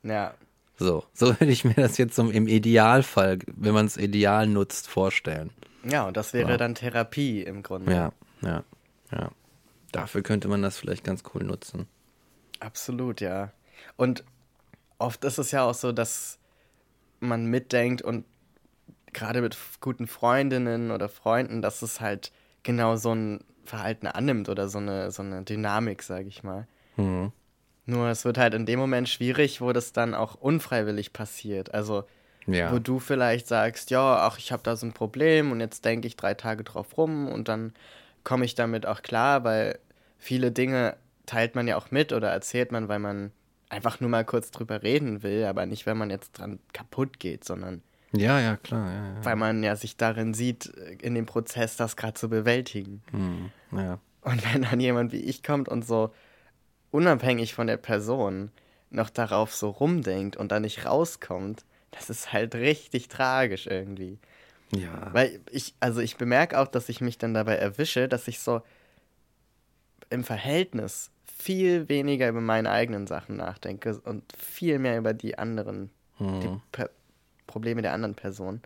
Ja. So, so würde ich mir das jetzt so im Idealfall, wenn man es ideal nutzt, vorstellen. Ja, und das wäre Ja. dann Therapie im Grunde. Ja, ja, ja. Dafür könnte man das vielleicht ganz cool nutzen. Absolut, ja. Und oft ist es ja auch so, dass man mitdenkt und gerade mit f- guten Freundinnen oder Freunden, dass es halt genau so ein Verhalten annimmt oder so eine, so eine Dynamik, sage ich mal. Mhm. Nur es wird halt in dem Moment schwierig, wo das dann auch unfreiwillig passiert. Also Ja. wo du vielleicht sagst, ja, ach, ich habe da so ein Problem und jetzt denke ich drei Tage drauf rum und dann komme ich damit auch klar, weil viele Dinge teilt man ja auch mit oder erzählt man, weil man einfach nur mal kurz drüber reden will, aber nicht, wenn man jetzt dran kaputt geht, sondern Ja, ja, klar, ja, ja. weil man ja sich darin sieht, in dem Prozess das gerade zu bewältigen. Mhm. Ja. Und wenn dann jemand wie ich kommt und so unabhängig von der Person noch darauf so rumdenkt und dann nicht rauskommt, das ist halt richtig tragisch irgendwie. Ja. Weil ich, also ich bemerke auch, dass ich mich dann dabei erwische, dass ich so im Verhältnis viel weniger über meine eigenen Sachen nachdenke und viel mehr über die anderen, die Mhm. per Probleme der anderen Person.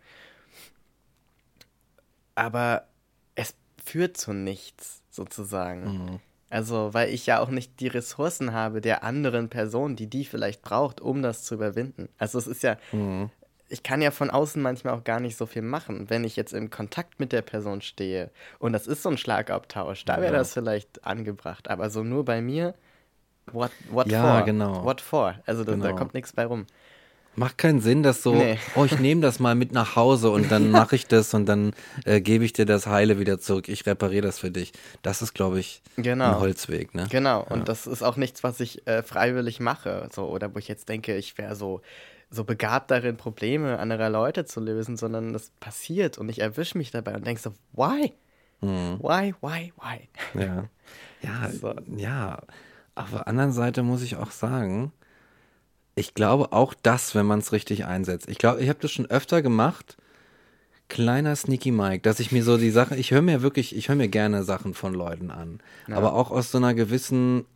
Aber es führt zu nichts, sozusagen. Mhm. Also, weil ich ja auch nicht die Ressourcen habe der anderen Person, die die vielleicht braucht, um das zu überwinden. Also es ist ja, Mhm. ich kann ja von außen manchmal auch gar nicht so viel machen. Wenn ich jetzt im Kontakt mit der Person stehe und das ist so ein Schlagabtausch, da wäre Ja. das vielleicht angebracht. Aber so nur bei mir, what, what Ja, for? genau. What for? Also da, da Genau. kommt nichts bei rum. Macht keinen Sinn, dass so, Nee. oh, ich nehme das mal mit nach Hause und dann mache ich das und dann äh, gebe ich dir das Heile wieder zurück. Ich repariere das für dich. Das ist, glaube ich, Genau. ein Holzweg, ne? Genau, und das ist auch nichts, was ich äh, freiwillig mache, so, oder wo ich jetzt denke, ich wäre so, so begabt darin, Probleme anderer Leute zu lösen, sondern das passiert und ich erwische mich dabei und denke so, why? Mhm. Why, why, why? Ja. Ja, So. ja. Auf der anderen Seite muss ich auch sagen, ich glaube auch das, wenn man es richtig einsetzt. Ich glaube, ich habe das schon öfter gemacht. Kleiner Sneaky Mike, dass ich mir so die Sachen, ich höre mir wirklich, ich höre mir gerne Sachen von Leuten an. Ja. Aber auch aus so einer gewissen,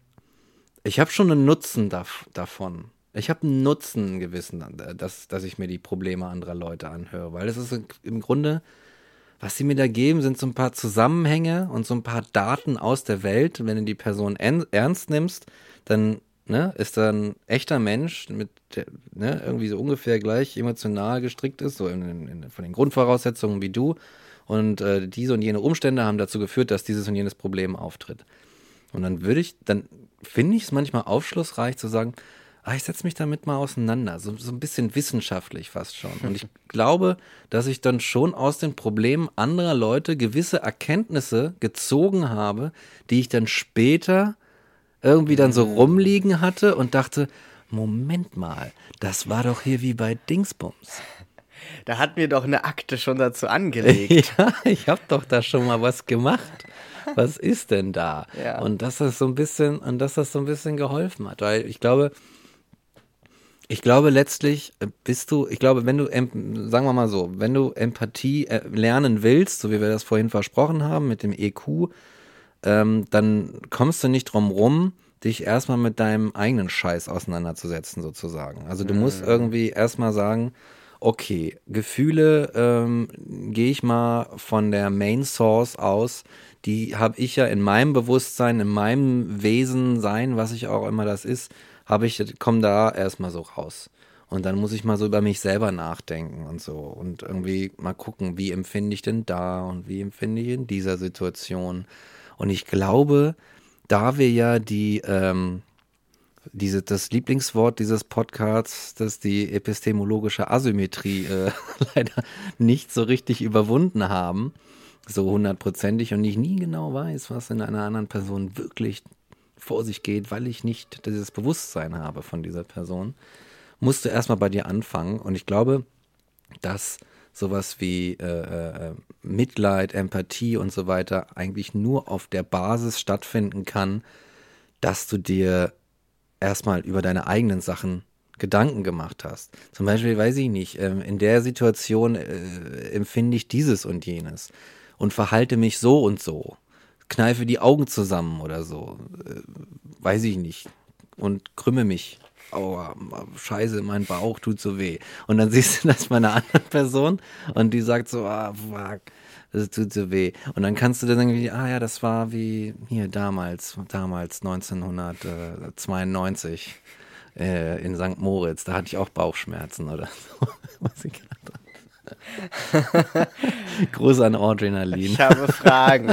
ich habe schon einen Nutzen dav davon. Ich habe einen Nutzen, einen gewissen, dass, dass ich mir die Probleme anderer Leute anhöre. Weil es ist im Grunde, was sie mir da geben, sind so ein paar Zusammenhänge und so ein paar Daten aus der Welt. Wenn du die Person en- ernst nimmst, dann ne, ist da ein echter Mensch, mit der, ne, irgendwie so ungefähr gleich emotional gestrickt ist, so in, in, von den Grundvoraussetzungen wie du. Und äh, diese und jene Umstände haben dazu geführt, dass dieses und jenes Problem auftritt. Und dann würde ich, dann finde ich es manchmal aufschlussreich zu sagen, ah, ich setze mich damit mal auseinander, so, so ein bisschen wissenschaftlich fast schon. Und ich glaube, dass ich dann schon aus den Problemen anderer Leute gewisse Erkenntnisse gezogen habe, die ich dann später irgendwie dann so rumliegen hatte und dachte, Moment mal, das war doch hier wie bei Dingsbums. Da hat mir doch eine Akte schon dazu angelegt. Ja, ich habe doch da schon mal was gemacht. Was ist denn da? Ja. Und dass das so ein bisschen, und dass das so ein bisschen geholfen hat, weil ich glaube, ich glaube letztlich äh, bist du, ich glaube, wenn du, em- sagen wir mal so, wenn du Empathie äh, lernen willst, so wie wir das vorhin versprochen haben mit dem E Q, ähm, dann kommst du nicht drum rum, dich erstmal mit deinem eigenen Scheiß auseinanderzusetzen, sozusagen. Also du musst irgendwie erstmal sagen, okay, Gefühle ähm, gehe ich mal von der Main Source aus, die habe ich ja in meinem Bewusstsein, in meinem Wesen sein, was ich auch immer das ist, habe ich, komm da erstmal so raus. Und dann muss ich mal so über mich selber nachdenken und so und irgendwie mal gucken, wie empfinde ich denn da und wie empfinde ich in dieser Situation. Und ich glaube, da wir ja die, ähm, diese, das Lieblingswort dieses Podcasts, dass die epistemologische Asymmetrie äh, leider nicht so richtig überwunden haben, so hundertprozentig und ich nie genau weiß, was in einer anderen Person wirklich vor sich geht, weil ich nicht dieses Bewusstsein habe von dieser Person, musst du erstmal bei dir anfangen. Und ich glaube, dass sowas wie äh, äh, Mitleid, Empathie und so weiter eigentlich nur auf der Basis stattfinden kann, dass du dir erstmal über deine eigenen Sachen Gedanken gemacht hast. Zum Beispiel, weiß ich nicht, ähm, in der Situation äh, empfinde ich dieses und jenes und verhalte mich so und so, kneife die Augen zusammen oder so, äh, weiß ich nicht, und krümme mich aua, scheiße, mein Bauch tut so weh. Und dann siehst du das bei einer anderen Person und die sagt so, ah, fuck, das tut so weh. Und dann kannst du dann irgendwie, ah ja, das war wie hier damals, damals neunzehnhundertzweiundneunzig äh, in Sankt Moritz, da hatte ich auch Bauchschmerzen oder so. Was ich Gruß an Adrenalin. Ich habe Fragen.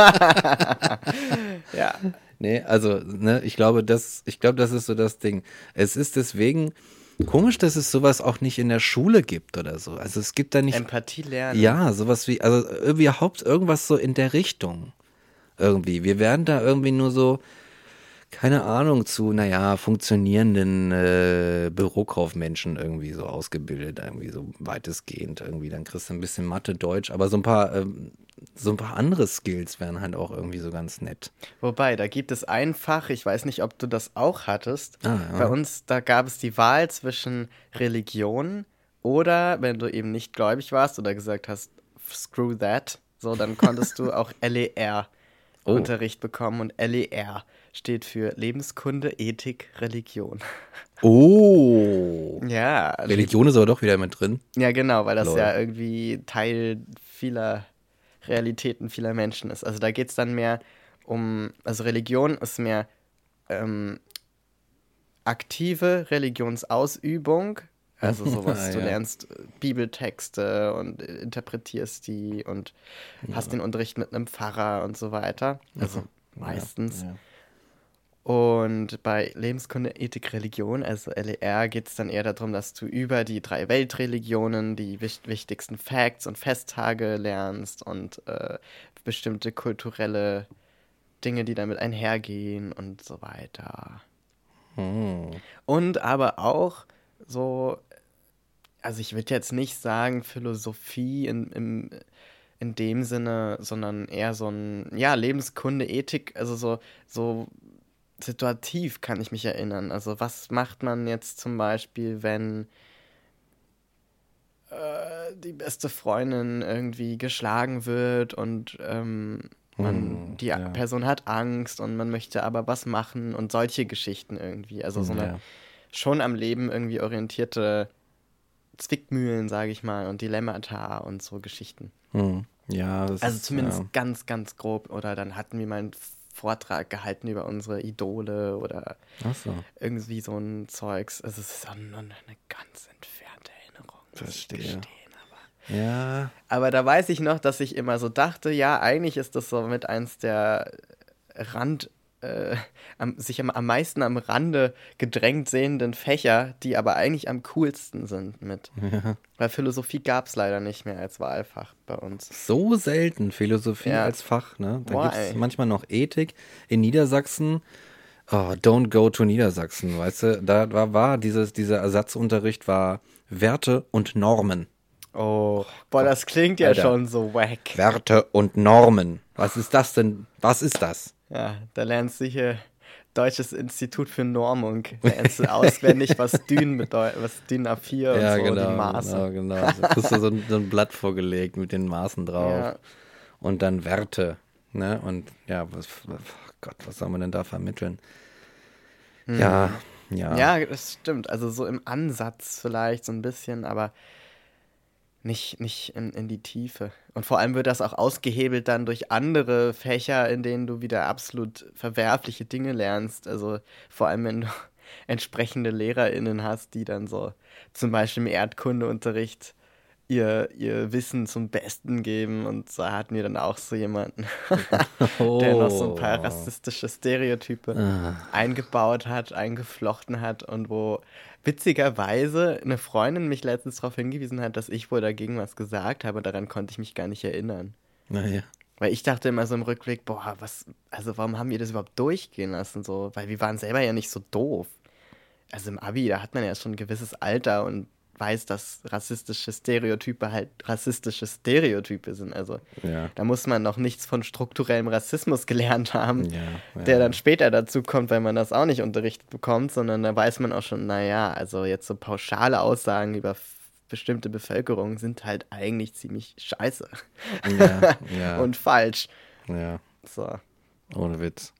Ja. Nee, also, ne, ich glaube, das, ich glaube, das ist so das Ding. Es ist deswegen komisch, dass es sowas auch nicht in der Schule gibt oder so. Also es gibt da nicht. Empathie lernen. Ja, sowas wie, also irgendwie Haupt, irgendwas so in der Richtung. Irgendwie. Wir werden da irgendwie nur so, keine Ahnung, zu, naja, funktionierenden äh, Bürokaufmenschen irgendwie so ausgebildet, irgendwie so weitestgehend irgendwie. Dann kriegst du ein bisschen Mathe, Deutsch, aber so ein paar, ähm, so ein paar andere Skills wären halt auch irgendwie so ganz nett. Wobei, da gibt es ein Fach, ich weiß nicht, ob du das auch hattest. Ah, ja. Bei uns, da gab es die Wahl zwischen Religion oder, wenn du eben nicht gläubig warst oder gesagt hast, screw that, so, dann konntest du auch L E R Oh. Unterricht bekommen und L E R steht für Lebenskunde, Ethik, Religion. Oh. Ja. also- Religion ist aber doch wieder mit drin. Ja, genau, weil das Lol. ja irgendwie Teil vieler Realitäten vieler Menschen ist. Also da geht es dann mehr um, also Religion ist mehr ähm, aktive Religionsausübung. Also sowas, Ah, du ja. lernst äh, Bibeltexte und äh, interpretierst die und hast den Unterricht mit einem Pfarrer und so weiter. Also meistens. Ja. Und bei Lebenskunde, Ethik, Religion, also L E R, geht es dann eher darum, dass du über die drei Weltreligionen die wich- wichtigsten Facts und Festtage lernst und äh, bestimmte kulturelle Dinge, die damit einhergehen und so weiter. Hm. Und aber auch so, also ich würde jetzt nicht sagen Philosophie in, im, in dem Sinne, sondern eher so ein, ja, Lebenskunde, Ethik, also so, so situativ kann ich mich erinnern. Also was macht man jetzt zum Beispiel, wenn äh, die beste Freundin irgendwie geschlagen wird und ähm, man, Hm, die ja. Person hat Angst und man möchte aber was machen und solche Geschichten irgendwie. Also so eine Ja. schon am Leben irgendwie orientierte Zwickmühlen, sage ich mal, und Dilemmata und so Geschichten. Hm. Ja, das Also ist, zumindest ja. ganz, ganz grob. Oder dann hatten wir mal einen Vortrag gehalten über unsere Idole oder Ach so. irgendwie so ein Zeugs. Also es ist auch nur eine ganz entfernte Erinnerung, muss Verstehe. ich gestehen. Aber, Ja. aber da weiß ich noch, dass ich immer so dachte, ja, eigentlich ist das so mit eins der Rand, äh, am, sich am, am meisten am Rande gedrängt sehenden Fächer, die aber eigentlich am coolsten sind mit. Weil Philosophie gab es leider nicht mehr als Wahlfach bei uns. So selten Philosophie Ja. als Fach, ne? Da Why? gibt es manchmal noch Ethik. In Niedersachsen, oh, don't go to Niedersachsen, weißt du? Da war, war dieses, dieser Ersatzunterricht war Werte und Normen. Oh, boah, das klingt ja Alter. schon so wack. Werte und Normen. Was ist das denn? Was ist das? Ja, da lernst du hier Deutsches Institut für Normung. Lernst du auswendig, was DIN bedeutet, was DIN A vier und so, die Maße. genau, genau. So kriegst du so ein, so ein Blatt vorgelegt mit den Maßen drauf. Ja. Und dann Werte, ne? Und ja, was, oh Gott, was soll man denn da vermitteln? Ja, ja. Ja, das stimmt. Also so im Ansatz vielleicht so ein bisschen, aber nicht, nicht in, in die Tiefe. Und vor allem wird das auch ausgehebelt dann durch andere Fächer, in denen du wieder absolut verwerfliche Dinge lernst. Also vor allem, wenn du entsprechende LehrerInnen hast, die dann so zum Beispiel im Erdkundeunterricht ihr, ihr Wissen zum Besten geben. Und so hatten wir dann auch so jemanden, der noch so ein paar rassistische Stereotype Ah. eingebaut hat, eingeflochten hat und wo witzigerweise eine Freundin mich letztens darauf hingewiesen hat, dass ich wohl dagegen was gesagt habe. Daran konnte ich mich gar nicht erinnern. Naja. Weil ich dachte immer so im Rückblick, boah, was, also warum haben wir das überhaupt durchgehen lassen? So? Weil wir waren selber ja nicht so doof. Also im Abi, da hat man ja schon ein gewisses Alter und weiß, dass rassistische Stereotype halt rassistische Stereotype sind. Also Ja. da muss man noch nichts von strukturellem Rassismus gelernt haben, Ja, ja. der dann später dazu kommt, weil man das auch nicht unterrichtet bekommt, sondern da weiß man auch schon, naja, also jetzt so pauschale Aussagen über f- bestimmte Bevölkerung sind halt eigentlich ziemlich scheiße Ja, ja. und falsch. ja. So. Ohne Witz.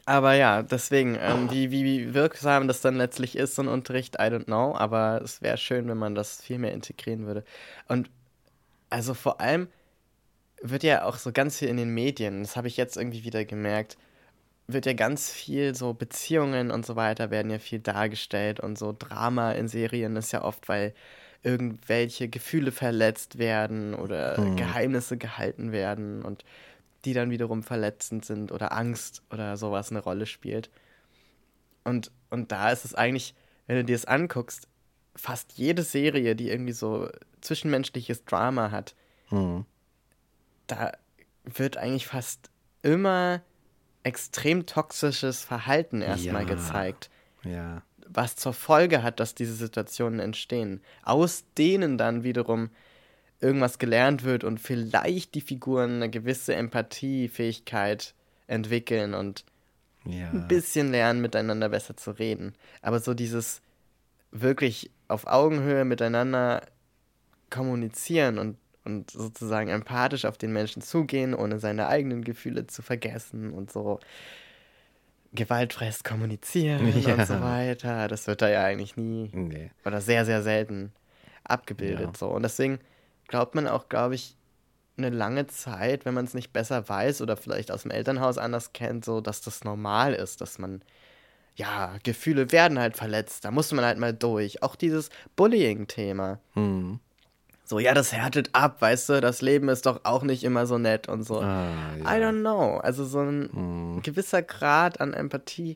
Aber ja, deswegen, ähm, wie, wie, wie wirksam das dann letztlich ist, so ein Unterricht, I don't know, aber es wäre schön, wenn man das viel mehr integrieren würde. Und also vor allem wird ja auch so ganz viel in den Medien, das habe ich jetzt irgendwie wieder gemerkt, wird ja ganz viel so Beziehungen und so weiter werden ja viel dargestellt und so Drama in Serien ist ja oft, weil irgendwelche Gefühle verletzt werden oder Hm. Geheimnisse gehalten werden und die dann wiederum verletzend sind oder Angst oder sowas eine Rolle spielt. Und, und da ist es eigentlich, wenn du dir das anguckst, fast jede Serie, die irgendwie so zwischenmenschliches Drama hat, Hm. da wird eigentlich fast immer extrem toxisches Verhalten erstmal Ja. gezeigt, Ja. was zur Folge hat, dass diese Situationen entstehen. Aus denen dann wiederum irgendwas gelernt wird und vielleicht die Figuren eine gewisse Empathiefähigkeit entwickeln und Ja. ein bisschen lernen, miteinander besser zu reden. Aber so dieses wirklich auf Augenhöhe miteinander kommunizieren und, und sozusagen empathisch auf den Menschen zugehen, ohne seine eigenen Gefühle zu vergessen und so gewaltfrei kommunizieren Ja. und so weiter. Das wird da ja eigentlich nie Nee. oder sehr, sehr selten abgebildet. Ja. So. Und deswegen glaubt man auch, glaube ich, eine lange Zeit, wenn man es nicht besser weiß oder vielleicht aus dem Elternhaus anders kennt, so, dass das normal ist, dass man, ja, Gefühle werden halt verletzt, da muss man halt mal durch. Auch dieses Bullying-Thema. Hm. So, ja, das härtet ab, weißt du, das Leben ist doch auch nicht immer so nett und so. Ah, I ja. don't know. Also so ein Hm. gewisser Grad an Empathie,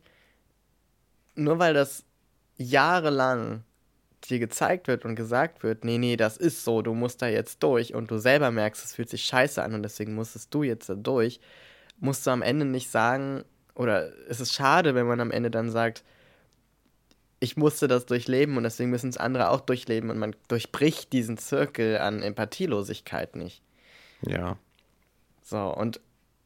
nur weil das jahrelang dir gezeigt wird und gesagt wird, nee, nee, das ist so, du musst da jetzt durch und du selber merkst, es fühlt sich scheiße an und deswegen musstest du jetzt da durch, musst du am Ende nicht sagen, oder es ist schade, wenn man am Ende dann sagt, ich musste das durchleben und deswegen müssen es andere auch durchleben und man durchbricht diesen Zirkel an Empathielosigkeit nicht. Ja. So, und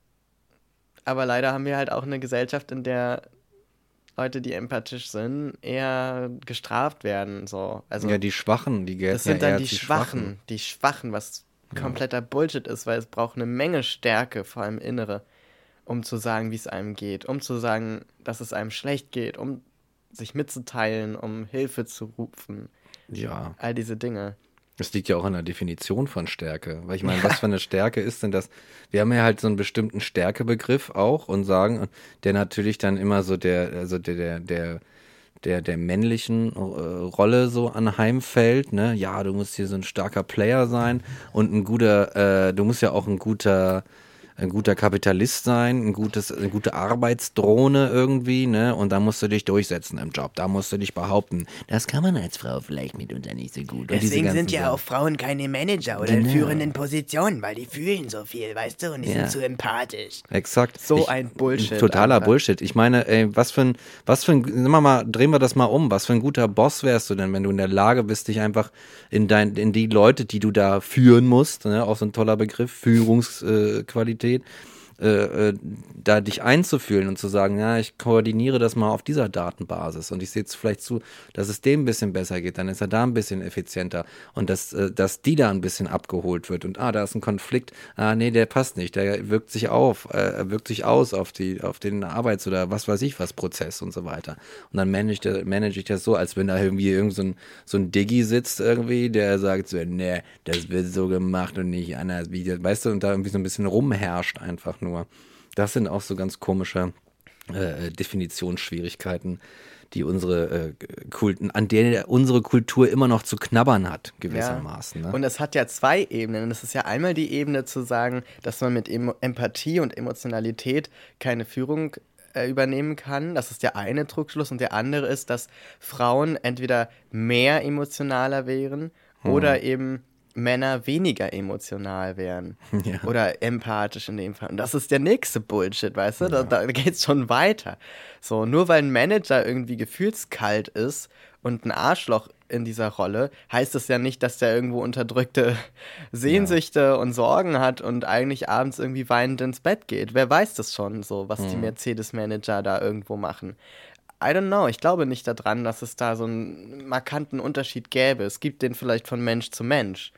aber leider haben wir halt auch eine Gesellschaft, in der Leute, die empathisch sind, eher gestraft werden. So. Also Ja, die Schwachen, die gelten das sind ja dann eher die als Schwachen, die Schwachen, was kompletter Bullshit ist, weil es braucht eine Menge Stärke, vor allem innere, um zu sagen, wie es einem geht, um zu sagen, dass es einem schlecht geht, um sich mitzuteilen, um Hilfe zu rufen, Ja. all diese Dinge. Das liegt ja auch an der Definition von Stärke. Weil ich meine, was für eine Stärke ist denn das? Wir haben ja halt so einen bestimmten Stärkebegriff auch und sagen, der natürlich dann immer so der, also der, der, der, der, der männlichen äh, Rolle so anheimfällt, ne? Ja, du musst hier so ein starker Player sein und ein guter, äh, du musst ja auch ein guter, ein guter Kapitalist sein, ein gutes, eine gute Arbeitsdrohne irgendwie, ne? Und da musst du dich durchsetzen im Job, da musst du dich behaupten. Das kann man als Frau vielleicht mitunter nicht so gut. Und diese Deswegen ganzen sind ja Sachen. auch Frauen keine Manager oder in Genau. führenden Positionen, weil die fühlen so viel, weißt du, und die Ja. sind zu empathisch. Exakt. So ein Bullshit Totaler einfach. Bullshit. Ich meine, ey, was für ein, was für ein, sagen wir mal, drehen wir das mal um. Was für ein guter Boss wärst du denn, wenn du in der Lage bist, dich einfach in dein, in die Leute, die du da führen musst, ne, auch so ein toller Begriff, Führungsqualität, äh, äh, da dich einzufühlen und zu sagen, ja, ich koordiniere das mal auf dieser Datenbasis und ich sehe jetzt vielleicht zu, dass es dem ein bisschen besser geht, dann ist er da ein bisschen effizienter und dass, äh, dass die da ein bisschen abgeholt wird und ah, da ist ein Konflikt, ah, nee, der passt nicht, der wirkt sich auf, äh, wirkt sich aus auf die, auf den Arbeits- oder was weiß ich was Prozess und so weiter. Und dann manage ich, das, manage ich das so, als wenn da irgendwie irgend so ein, so ein Diggi sitzt irgendwie, der sagt so, nee, das wird so gemacht und nicht anders, wie, das- weißt du, und da irgendwie so ein bisschen rumherrscht einfach nur. Das sind auch so ganz komische äh, Definitionsschwierigkeiten, die unsere äh, Kulten, an der unsere Kultur immer noch zu knabbern hat, gewissermaßen. Ne? Und es hat ja zwei Ebenen. Und es ist ja einmal die Ebene zu sagen, dass man mit Emo- Empathie und Emotionalität keine Führung äh, übernehmen kann. Das ist der eine Trugschluss. Und der andere ist, dass Frauen entweder mehr emotionaler wären oder eben Männer weniger emotional wären. Ja. Oder empathisch in dem Fall. Und das ist der nächste Bullshit, weißt du? Da, da geht's schon weiter. So, nur weil ein Manager irgendwie gefühlskalt ist und ein Arschloch in dieser Rolle, heißt das ja nicht, dass der irgendwo unterdrückte Sehnsüchte und Sorgen hat und eigentlich abends irgendwie weinend ins Bett geht. Wer weiß das schon, so, was die Mercedes-Manager da irgendwo machen. I don't know, ich glaube nicht daran, dass es da so einen markanten Unterschied gäbe. Es gibt den vielleicht von Mensch zu Mensch.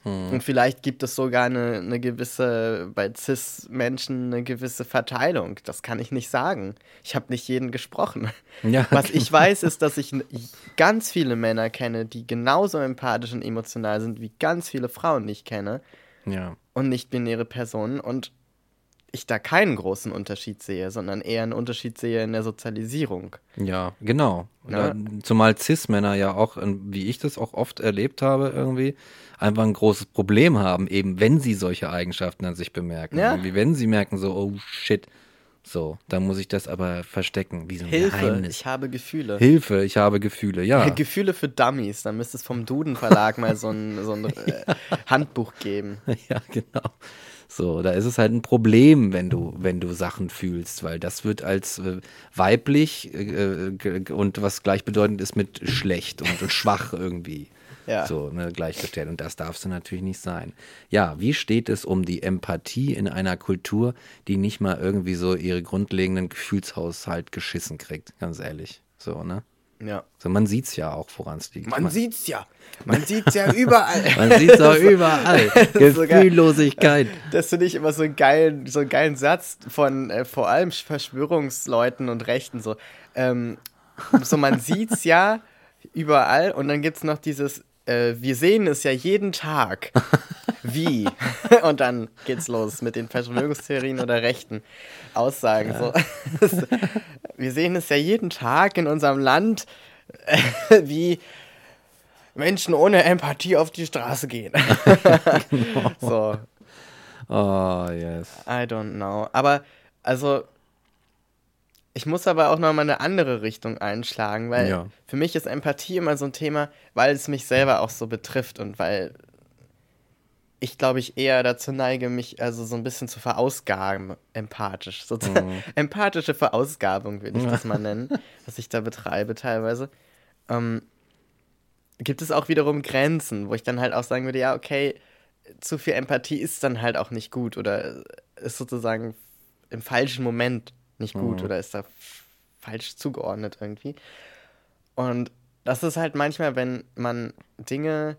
Hm. Und vielleicht gibt es sogar eine, eine gewisse, bei Cis-Menschen eine gewisse Verteilung. Das kann ich nicht sagen. Ich habe nicht jeden gesprochen. Ja, Was genau. ich weiß, ist, dass ich ganz viele Männer kenne, die genauso empathisch und emotional sind, wie ganz viele Frauen, die ich kenne. Ja. Und nicht-binäre Personen. Und ich da keinen großen Unterschied sehe, sondern eher einen Unterschied sehe in der Sozialisierung. Ja, genau. Ja. Da, zumal Cis-Männer ja auch, wie ich das auch oft erlebt habe irgendwie, einfach ein großes Problem haben, eben wenn sie solche Eigenschaften an sich bemerken. Ja. Irgendwie, wenn sie merken so, oh shit, so, dann muss ich das aber verstecken, wie so ein Hilfe, Geheimnis. ich habe Gefühle. Hilfe, ich habe Gefühle, ja. Gefühle für Dummies, da müsste es vom Duden Verlag mal so ein, so ein äh, Handbuch geben. Ja, genau. So, da ist es halt ein Problem, wenn du, wenn du Sachen fühlst, weil das wird als äh, weiblich äh, g- und was gleichbedeutend ist mit schlecht und, und schwach irgendwie. Ja. So, ne, gleichgestellt. Und das darfst du natürlich nicht sein. Ja, wie steht es um die Empathie in einer Kultur, die nicht mal irgendwie so ihre grundlegenden Gefühlshaushalt geschissen kriegt, ganz ehrlich. So, ne? Ja. So, man sieht's ja auch, woran es liegt. Man sieht's ja. Man sieht's ja überall. Man sieht's auch überall. Gefühllosigkeit. Das finde ich immer so einen geilen, so einen geilen Satz von äh, vor allem Verschwörungsleuten und Rechten. So, ähm, so man sieht's ja überall und dann gibt's noch dieses, äh, wir sehen es ja jeden Tag. Wie? Und dann geht's los mit den Verschwörungstheorien oder rechten Aussagen. Ja. So. Wir sehen es ja jeden Tag in unserem Land, äh, wie Menschen ohne Empathie auf die Straße gehen. Genau. So. Oh, yes. I don't know. Aber, also, ich muss aber auch nochmal eine andere Richtung einschlagen, weil ja. für mich ist Empathie immer so ein Thema, weil es mich selber auch so betrifft und weil ich, glaube ich, eher dazu neige, mich also so ein bisschen zu verausgaben, empathisch. Sozusagen. Mhm. Empathische Verausgabung würde ich das mal nennen, was ich da betreibe teilweise. Ähm, gibt es auch wiederum Grenzen, wo ich dann halt auch sagen würde, ja, okay, zu viel Empathie ist dann halt auch nicht gut oder ist sozusagen im falschen Moment nicht gut mhm. oder ist da f- falsch zugeordnet irgendwie. Und das ist halt manchmal, wenn man Dinge...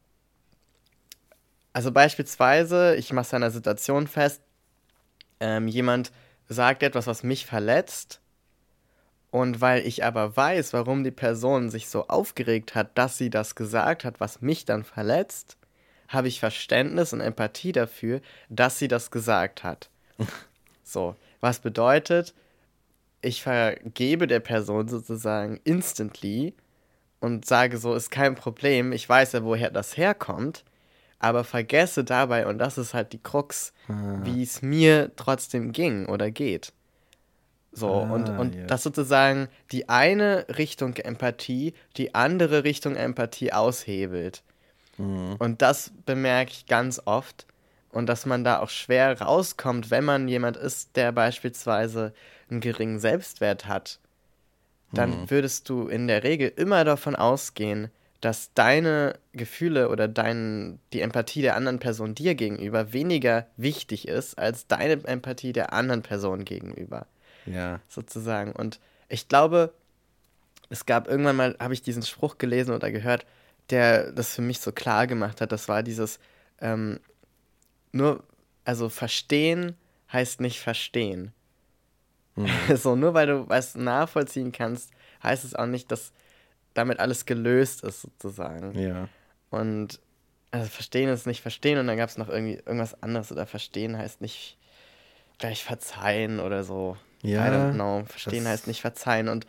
Also beispielsweise, ich mache es an einer Situation fest, ähm, jemand sagt etwas, was mich verletzt und weil ich aber weiß, warum die Person sich so aufgeregt hat, dass sie das gesagt hat, was mich dann verletzt, habe ich Verständnis und Empathie dafür, dass sie das gesagt hat. So, was bedeutet, ich vergebe der Person sozusagen instantly und sage so, ist kein Problem, ich weiß ja, woher das herkommt, aber vergesse dabei, und das ist halt die Krux, ah. wie es mir trotzdem ging oder geht. So, ah, und, und yes. das sozusagen die eine Richtung Empathie, die andere Richtung Empathie aushebelt. Mhm. Und das bemerke ich ganz oft. Und dass man da auch schwer rauskommt, wenn man jemand ist, der beispielsweise einen geringen Selbstwert hat. Dann mhm. würdest du in der Regel immer davon ausgehen, dass deine Gefühle oder dein, die Empathie der anderen Person dir gegenüber weniger wichtig ist, als deine Empathie der anderen Person gegenüber. Ja. Sozusagen. Und ich glaube, es gab irgendwann mal, habe ich diesen Spruch gelesen oder gehört, der das für mich so klar gemacht hat. Das war dieses, ähm, nur, also verstehen heißt nicht verstehen. Mhm. So, nur weil du was nachvollziehen kannst, heißt es auch nicht, dass damit alles gelöst ist, sozusagen. Ja. Und also verstehen ist nicht verstehen und dann gab es noch irgendwie irgendwas anderes oder verstehen heißt nicht gleich verzeihen oder so. Ja. I don't know. Verstehen heißt nicht verzeihen und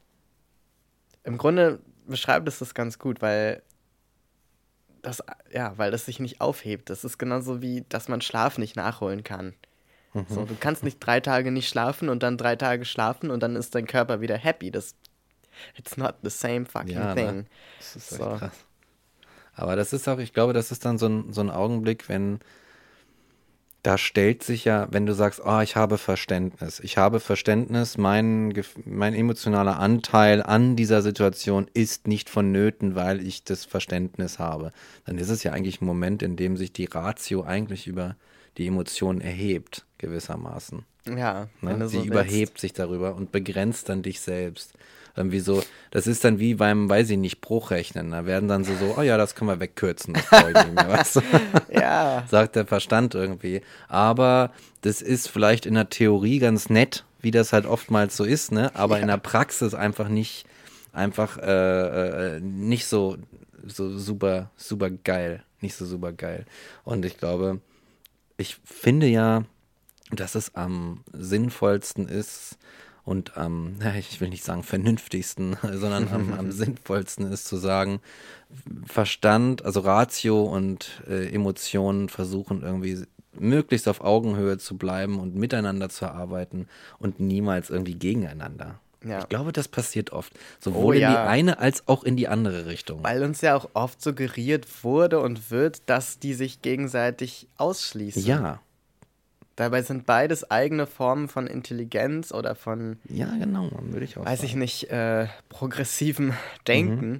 im Grunde beschreibt es das ganz gut, weil das, ja, weil das sich nicht aufhebt. Das ist genauso wie, dass man Schlaf nicht nachholen kann. Mhm. So, du kannst nicht drei Tage nicht schlafen und dann drei Tage schlafen und dann ist dein Körper wieder happy. Das It's not the same fucking ja, thing. Ne? Das ist so. echt krass. Aber das ist auch, ich glaube, das ist dann so ein, so ein Augenblick, wenn da stellt sich ja, wenn du sagst, oh, ich habe Verständnis, ich habe Verständnis, mein, mein emotionaler Anteil an dieser Situation ist nicht vonnöten, weil ich das Verständnis habe, dann ist es ja eigentlich ein Moment, in dem sich die Ratio eigentlich über die Emotionen erhebt, gewissermaßen. Ja, wenn Ne? du Sie so überhebt willst. sich darüber und begrenzt dann dich selbst. Irgendwie so, das ist dann wie beim, weiß ich nicht, Bruchrechnen. Da werden dann so, so, oh ja, das können wir wegkürzen, das brauche ich nicht mehr, weißt du? Ja, Sagt der Verstand irgendwie. Aber das ist vielleicht in der Theorie ganz nett, wie das halt oftmals so ist, ne? Aber in der Praxis einfach nicht, einfach äh, äh, nicht so, so super, super geil. Nicht so super geil. Und ich glaube, ich finde ja, dass es am sinnvollsten ist und am, ja, ich will nicht sagen vernünftigsten, sondern am, am sinnvollsten ist zu sagen, Verstand, also Ratio und äh, Emotionen versuchen irgendwie möglichst auf Augenhöhe zu bleiben und miteinander zu arbeiten und niemals irgendwie gegeneinander. Ja. Ich glaube, das passiert oft. Sowohl Oh, in die ja. eine als auch in die andere Richtung. weil uns ja auch oft suggeriert wurde und wird, dass die sich gegenseitig ausschließen. Ja, Dabei sind beides eigene Formen von Intelligenz oder von, ja, genau, würde ich auch weiß sagen. ich nicht, äh, progressivem Denken,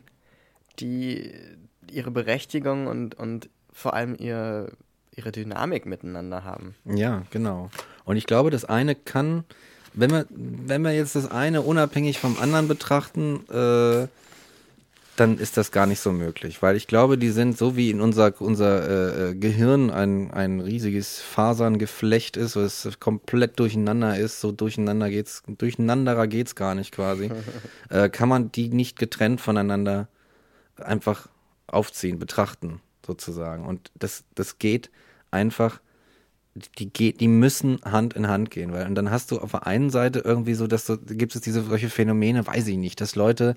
die ihre Berechtigung und, und vor allem ihr, ihre Dynamik miteinander haben. Ja, genau. Und ich glaube, das eine kann, wenn wir, wenn wir jetzt das eine unabhängig vom anderen betrachten, äh, dann ist das gar nicht so möglich. Weil ich glaube, die sind so wie in unser, unser äh, Gehirn ein, ein riesiges Faserngeflecht ist, was komplett durcheinander ist, so durcheinander geht's, durcheinanderer geht's gar nicht quasi, äh, kann man die nicht getrennt voneinander einfach aufziehen, betrachten, sozusagen. Und das, das geht einfach, die, geht, die müssen Hand in Hand gehen, weil und dann hast du auf der einen Seite irgendwie so, dass du, gibt es diese solche Phänomene, weiß ich nicht, dass Leute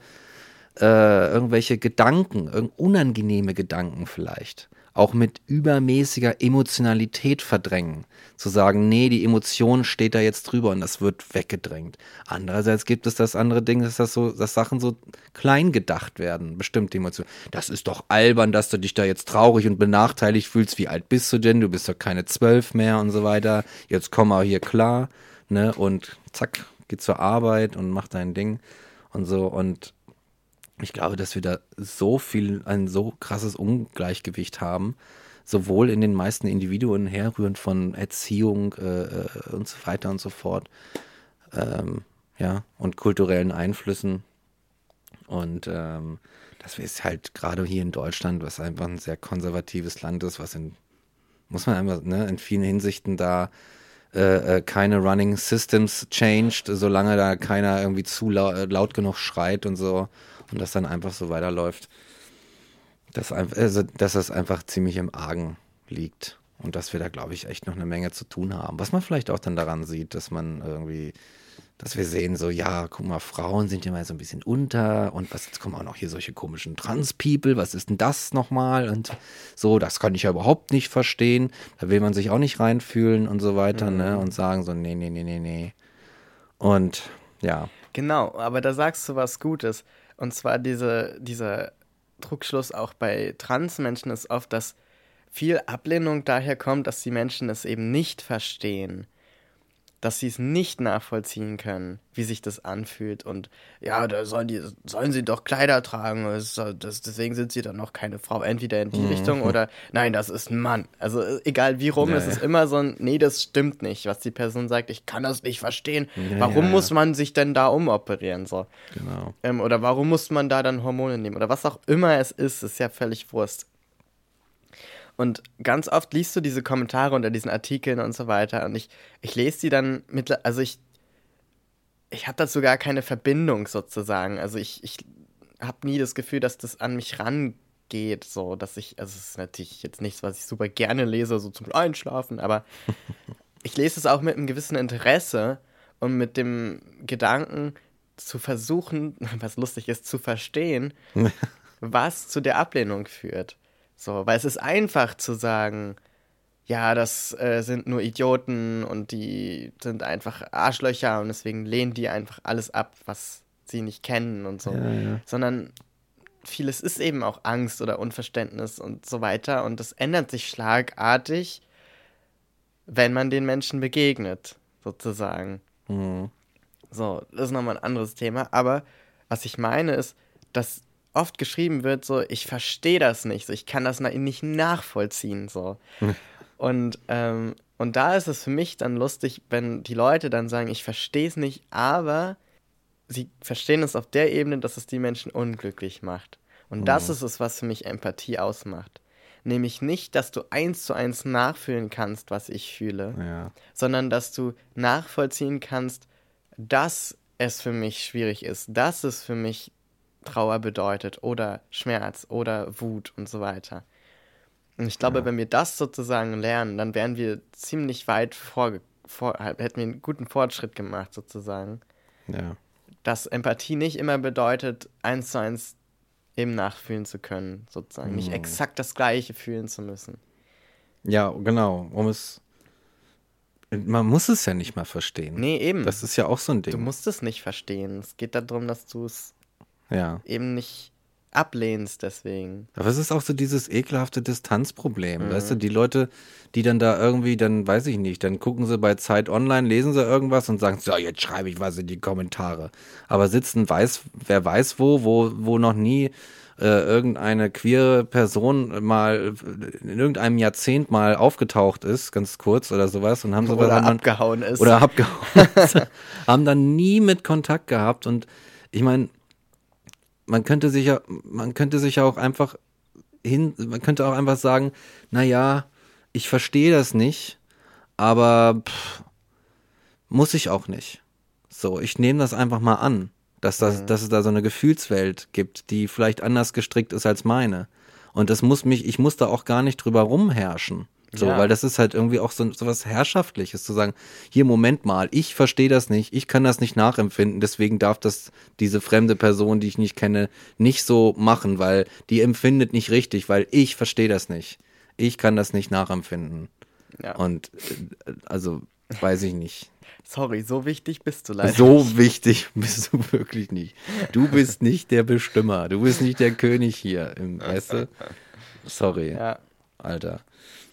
äh, irgendwelche Gedanken, irgend unangenehme Gedanken vielleicht, auch mit übermäßiger Emotionalität verdrängen. Zu sagen, nee, die Emotion steht da jetzt drüber und das wird weggedrängt. Andererseits gibt es das andere Ding, dass das so, dass Sachen so klein gedacht werden, bestimmte Emotionen. Das ist doch albern, dass du dich da jetzt traurig und benachteiligt fühlst. Wie alt bist du denn? Du bist doch keine zwölf mehr und so weiter. Jetzt komm mal hier klar, ne? Und zack, geh zur Arbeit und mach dein Ding und so. Und ich glaube, dass wir da so viel, ein so krasses Ungleichgewicht haben, sowohl in den meisten Individuen herrührend von Erziehung äh, äh, und so weiter und so fort, ähm, ja, und kulturellen Einflüssen. Und ähm, dass wir es halt gerade hier in Deutschland, was einfach ein sehr konservatives Land ist, was in, muss man einfach, ne, in vielen Hinsichten da äh, äh, keine Running Systems changed, solange da keiner irgendwie zu laut, laut genug schreit und so. Und das dann einfach so weiterläuft, dass, einfach, also, dass das einfach ziemlich im Argen liegt. Und dass wir da, glaube ich, echt noch eine Menge zu tun haben. Was man vielleicht auch dann daran sieht, dass man irgendwie, dass wir sehen, so, ja, guck mal, Frauen sind ja mal so ein bisschen unter und was, jetzt kommen auch noch hier solche komischen Trans-People, was ist denn das nochmal? Und so, das kann ich ja überhaupt nicht verstehen. Da will man sich auch nicht reinfühlen und so weiter, mhm. ne? Und sagen so, nee, nee, nee, nee, nee. Und ja. Genau, aber da sagst du was Gutes. Und zwar diese, dieser Druckschluss auch bei Transmenschen ist oft, dass viel Ablehnung daher kommt, dass die Menschen es eben nicht verstehen. Dass sie es nicht nachvollziehen können, wie sich das anfühlt. Und ja, da sollen, die, sollen sie doch Kleider tragen. Das, das, deswegen sind sie dann noch keine Frau. Entweder in die mhm. Richtung oder nein, das ist ein Mann. Also egal wie rum, ja, es ja. ist immer so ein, nee, das stimmt nicht, was die Person sagt. Ich kann das nicht verstehen. Ja, warum ja, muss ja. man sich denn da umoperieren? So? Genau. Ähm, oder warum muss man da dann Hormone nehmen? Oder was auch immer es ist, ist ja völlig Wurst. Und ganz oft liest du diese Kommentare unter diesen Artikeln und so weiter und ich, ich lese die dann mit, also ich, ich habe dazu gar keine Verbindung sozusagen. Also ich, ich habe nie das Gefühl, dass das an mich rangeht, so, dass ich, also es ist natürlich jetzt nichts, was ich super gerne lese, so zum Einschlafen, aber ich lese es auch mit einem gewissen Interesse und mit dem Gedanken zu versuchen, was lustig ist, zu verstehen, was zu der Ablehnung führt. So, weil es ist einfach zu sagen, ja, das äh, sind nur Idioten und die sind einfach Arschlöcher und deswegen lehnen die einfach alles ab, was sie nicht kennen und so. Ja, ja. Sondern vieles ist eben auch Angst oder Unverständnis und so weiter und das ändert sich schlagartig, wenn man den Menschen begegnet, sozusagen. Mhm. So, das ist nochmal ein anderes Thema, aber was ich meine ist, dass oft geschrieben wird, so, ich verstehe das nicht, so, ich kann das nicht nachvollziehen, so. Hm. Und ähm, Und da ist es für mich dann lustig, wenn die Leute dann sagen, ich verstehe es nicht, aber sie verstehen es auf der Ebene, dass es die Menschen unglücklich macht. Und das ist es, was für mich Empathie ausmacht. Nämlich nicht, dass du eins zu eins nachfühlen kannst, was ich fühle, Ja. sondern dass du nachvollziehen kannst, dass es für mich schwierig ist, dass es für mich Trauer bedeutet oder Schmerz oder Wut und so weiter. Und ich glaube, Ja. wenn wir das sozusagen lernen, dann wären wir ziemlich weit vor, vor hätten wir einen guten Fortschritt gemacht sozusagen. Ja. Dass Empathie nicht immer bedeutet, eins zu eins eben nachfühlen zu können, sozusagen. Nicht exakt das Gleiche fühlen zu müssen. Ja, genau. Um es. Man muss es ja nicht mal verstehen. Nee, eben. Das ist ja auch so ein Ding. Du musst es nicht verstehen. Es geht darum, dass du es ja. eben nicht ablehnst deswegen. Aber es ist auch so dieses ekelhafte Distanzproblem. Mhm. Weißt du, die Leute, die dann da irgendwie, dann weiß ich nicht, dann gucken sie bei Zeit Online, lesen sie irgendwas und sagen, so, jetzt schreibe ich was in die Kommentare. Aber sitzen weiß, wer weiß wo, wo, wo noch nie äh, irgendeine queere Person mal in irgendeinem Jahrzehnt mal aufgetaucht ist, ganz kurz oder sowas, und haben sowas Oder haben dann- abgehauen ist. Oder abgehauen. Haben dann nie mit Kontakt gehabt. Und ich meine, man könnte sich ja, man könnte sich ja auch einfach hin, man könnte auch einfach sagen, naja, ich verstehe das nicht, aber pff, muss ich auch nicht. So, ich nehme das einfach mal an, dass das, dass es da so eine Gefühlswelt gibt, die vielleicht anders gestrickt ist als meine. Und das muss mich, ich muss da auch gar nicht drüber rumherrschen. So, Ja. weil das ist halt irgendwie auch so, so was Herrschaftliches, zu sagen, hier, Moment mal, ich verstehe das nicht, ich kann das nicht nachempfinden, deswegen darf das diese fremde Person, die ich nicht kenne, nicht so machen, weil die empfindet nicht richtig, weil ich verstehe das nicht. Ich kann das nicht nachempfinden. Ja. Und äh, also, weiß ich nicht. Sorry, so wichtig bist du leider. So wichtig bist du wirklich nicht. Du bist nicht der Bestimmer, du bist nicht der König hier, im, weißt du? Sorry, Ja. Alter.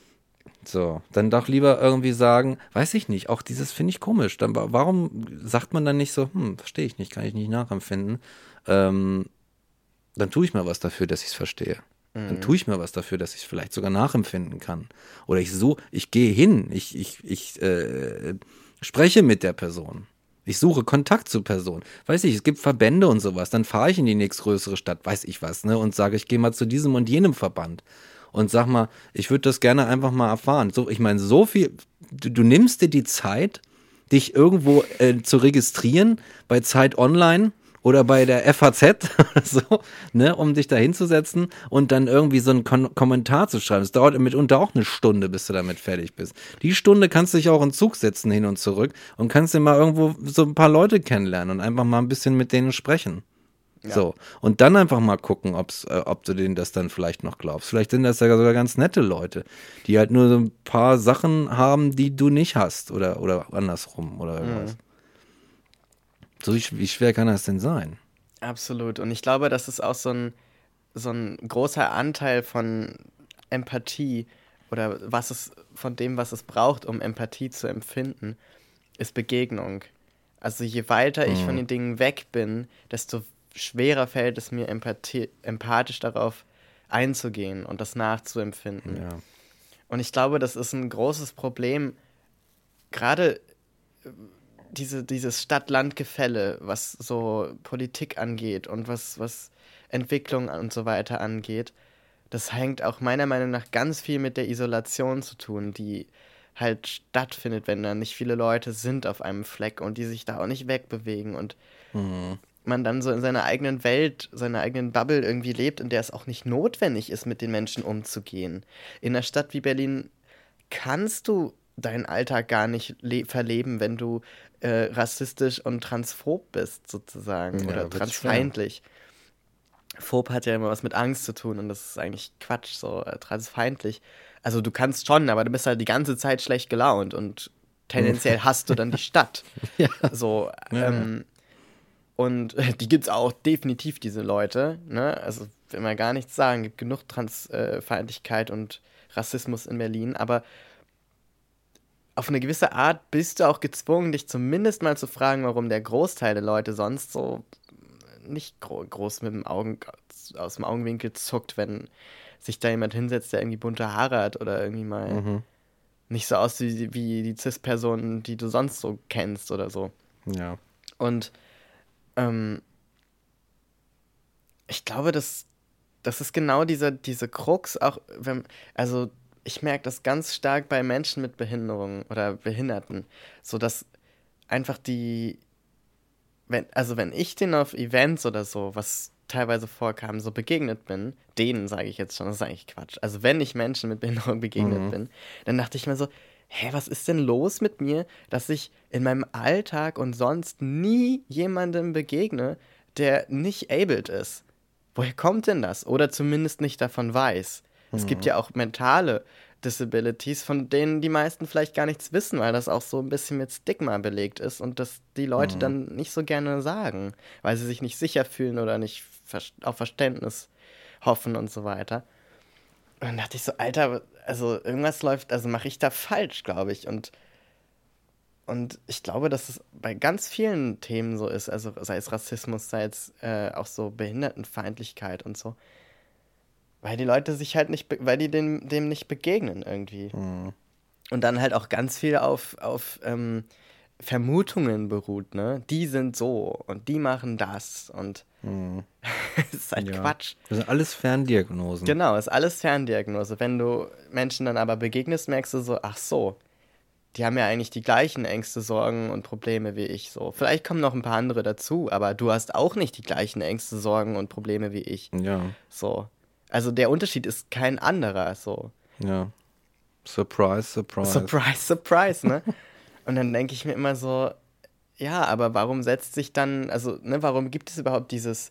So, dann doch lieber irgendwie sagen, weiß ich nicht, auch dieses finde ich komisch. Dann, wa- warum sagt man dann nicht so, hm, verstehe ich nicht, kann ich nicht nachempfinden. Ähm, dann tue ich mal was dafür, dass ich es verstehe. Dann tue ich mal was dafür, dass ich es vielleicht sogar nachempfinden kann. Oder ich so, ich gehe hin, ich, ich, ich äh, spreche mit der Person. Ich suche Kontakt zur Person. Weiß ich, es gibt Verbände und sowas. Dann fahre ich in die nächstgrößere Stadt, weiß ich was, ne, und sage, ich gehe mal zu diesem und jenem Verband. Und sag mal, ich würde das gerne einfach mal erfahren. So, ich meine, so viel, du, du nimmst dir die Zeit, dich irgendwo äh, zu registrieren bei Zeit Online oder bei der F A Z oder so, ne, um dich da hinzusetzen und dann irgendwie so einen Kon- Kommentar zu schreiben. Es dauert mitunter auch eine Stunde, bis du damit fertig bist. Die Stunde kannst du dich auch in den Zug setzen, hin und zurück, und kannst dir mal irgendwo so ein paar Leute kennenlernen und einfach mal ein bisschen mit denen sprechen. So, und dann einfach mal gucken, ob's, äh, ob du denen das dann vielleicht noch glaubst. Vielleicht sind das ja sogar ganz nette Leute, die halt nur so ein paar Sachen haben, die du nicht hast, oder, oder andersrum oder irgendwas. So, wie, wie schwer kann das denn sein? Absolut. Und ich glaube, das ist auch so ein, so ein großer Anteil von Empathie oder was es von dem, was es braucht, um Empathie zu empfinden, ist Begegnung. Also je weiter ich von den Dingen weg bin, desto schwerer fällt es mir, Empathie, empathisch darauf einzugehen und das nachzuempfinden. Ja. Und ich glaube, das ist ein großes Problem, gerade äh, diese, dieses Stadt-Land-Gefälle, was so Politik angeht und was, was Entwicklung und so weiter angeht. Das hängt auch meiner Meinung nach ganz viel mit der Isolation zu tun, die halt stattfindet, wenn da nicht viele Leute sind auf einem Fleck und die sich da auch nicht wegbewegen und man dann so in seiner eigenen Welt, seiner eigenen Bubble irgendwie lebt, in der es auch nicht notwendig ist, mit den Menschen umzugehen. In einer Stadt wie Berlin kannst du deinen Alltag gar nicht le- verleben, wenn du äh, rassistisch und transphob bist, sozusagen, Ja, oder wird's transfeindlich. Phob hat ja immer was mit Angst zu tun und das ist eigentlich Quatsch, so äh, transfeindlich. Also du kannst schon, aber du bist halt die ganze Zeit schlecht gelaunt und tendenziell hasst du dann die Stadt. Ja. So, Ja, ähm, und äh, die gibt's auch definitiv, diese Leute, ne? Also will man gar nichts sagen, gibt genug Transfeindlichkeit und Rassismus in Berlin, aber auf eine gewisse Art bist du auch gezwungen, dich zumindest mal zu fragen, warum der Großteil der Leute sonst so nicht gro- groß mit dem Augen aus dem Augenwinkel zuckt, wenn sich da jemand hinsetzt, der irgendwie bunte Haare hat oder irgendwie mal nicht so aus wie, wie die Cis-Personen, die du sonst so kennst oder so. Ja. Und ähm, ich glaube, das, das ist genau diese, diese Krux, auch wenn, also ich merke das ganz stark bei Menschen mit Behinderungen oder Behinderten, so dass einfach die, wenn, also wenn ich denen auf Events oder so, was teilweise vorkam, so begegnet bin, denen sage ich jetzt schon, das ist eigentlich Quatsch. Also wenn ich Menschen mit Behinderung begegnet Mhm. bin, dann dachte ich mir so, hä, was ist denn los mit mir, dass ich in meinem Alltag und sonst nie jemandem begegne, der nicht abled ist? Woher kommt denn das? Oder zumindest nicht davon weiß. Es gibt ja auch mentale Disabilities, von denen die meisten vielleicht gar nichts wissen, weil das auch so ein bisschen mit Stigma belegt ist und das die Leute dann nicht so gerne sagen, weil sie sich nicht sicher fühlen oder nicht ver- auf Verständnis hoffen und so weiter. Und dann dachte ich so, Alter, also irgendwas läuft, also mache ich da falsch, glaube ich. Und, und ich glaube, dass es bei ganz vielen Themen so ist, also sei es Rassismus, sei es äh, auch so Behindertenfeindlichkeit und so. Weil die Leute sich halt nicht, be- weil die dem, dem nicht begegnen irgendwie. Und dann halt auch ganz viel auf, auf ähm, Vermutungen beruht, ne? Die sind so und die machen das und es ist halt Ja. Quatsch. Das sind alles Ferndiagnosen. Genau, ist alles Ferndiagnose. Wenn du Menschen dann aber begegnest, merkst du so, ach so, die haben ja eigentlich die gleichen Ängste, Sorgen und Probleme wie ich so. Vielleicht kommen noch ein paar andere dazu, aber du hast auch nicht die gleichen Ängste, Sorgen und Probleme wie ich. Ja, So. Also der Unterschied ist kein anderer, so. ja. Surprise, surprise. Surprise, surprise, ne? Und dann denke ich mir immer so, ja, aber warum setzt sich dann, also, ne, warum gibt es überhaupt dieses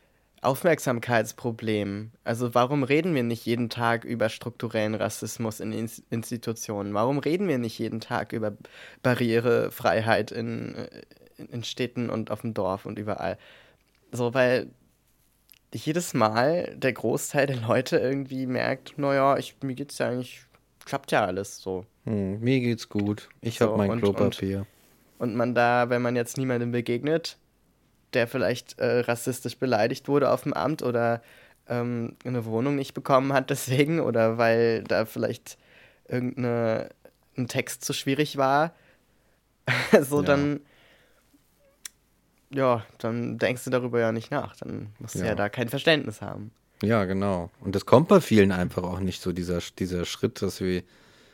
Aufmerksamkeitsproblem? Also, warum reden wir nicht jeden Tag über strukturellen Rassismus in Ins- Institutionen? Warum reden wir nicht jeden Tag über Barrierefreiheit in, in, in Städten und auf dem Dorf und überall? So, weil jedes Mal der Großteil der Leute irgendwie merkt, naja, ich, mir geht's ja eigentlich, klappt ja alles so. Hm, mir geht's gut. Ich So, hab mein und- Klopapier. Und man da, wenn man jetzt niemandem begegnet, der vielleicht äh, rassistisch beleidigt wurde auf dem Amt oder ähm, eine Wohnung nicht bekommen hat deswegen oder weil da vielleicht irgendein Text zu schwierig war, so Ja. dann, ja, dann denkst du darüber ja nicht nach. Dann musst du ja, Ja. da kein Verständnis haben. Ja, genau. Und das kommt bei vielen einfach auch nicht so, dieser, dieser Schritt, dass sie,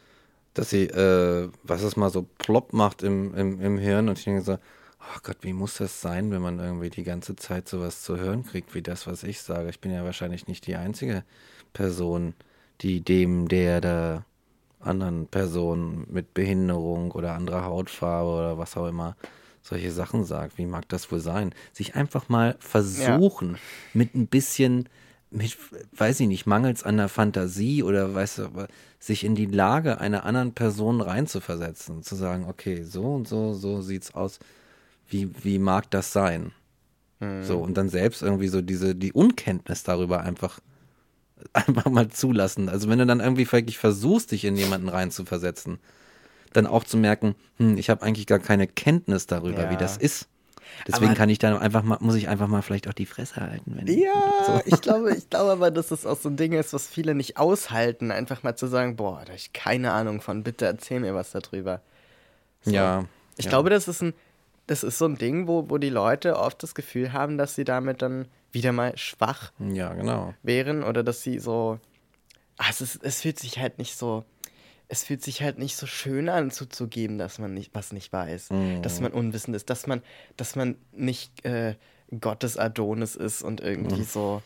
dass sie, äh, was es mal so plopp macht im, im, im Hirn und ich denke so, oh Gott, wie muss das sein, wenn man irgendwie die ganze Zeit sowas zu hören kriegt, wie das, was ich sage. Ich bin ja wahrscheinlich nicht die einzige Person, die dem, der, der anderen Person mit Behinderung oder anderer Hautfarbe oder was auch immer solche Sachen sagt. Wie mag das wohl sein? Sich einfach mal versuchen, mit ein bisschen, mit, weiß ich nicht, mangels an der Fantasie oder weißt du, sich in die Lage einer anderen Person reinzuversetzen, zu sagen, okay, so und so, so sieht's aus. Wie, wie mag das sein? So, und dann selbst irgendwie so diese, die Unkenntnis darüber einfach, einfach mal zulassen. Also wenn du dann irgendwie wirklich versuchst, dich in jemanden reinzuversetzen, dann auch zu merken, hm, ich habe eigentlich gar keine Kenntnis darüber, Ja. wie das ist. Deswegen Aber- kann ich dann einfach mal, muss ich einfach mal vielleicht auch die Fresse halten. Wenn Ja, so. ich glaube, ich glaube aber, dass es auch so ein Ding ist, was viele nicht aushalten, einfach mal zu sagen, boah, da habe ich keine Ahnung von, bitte erzähl mir was darüber. So. Ja. Ich ja. glaube, das ist ein, das ist so ein Ding, wo, wo die Leute oft das Gefühl haben, dass sie damit dann wieder mal schwach Ja, genau. wären oder dass sie so, ah, es, ist, es fühlt sich halt nicht so, es fühlt sich halt nicht so schön an zuzugeben, dass man nicht, was nicht weiß, dass man unwissend ist, dass man, dass man nicht äh, Gottes Adonis ist und irgendwie so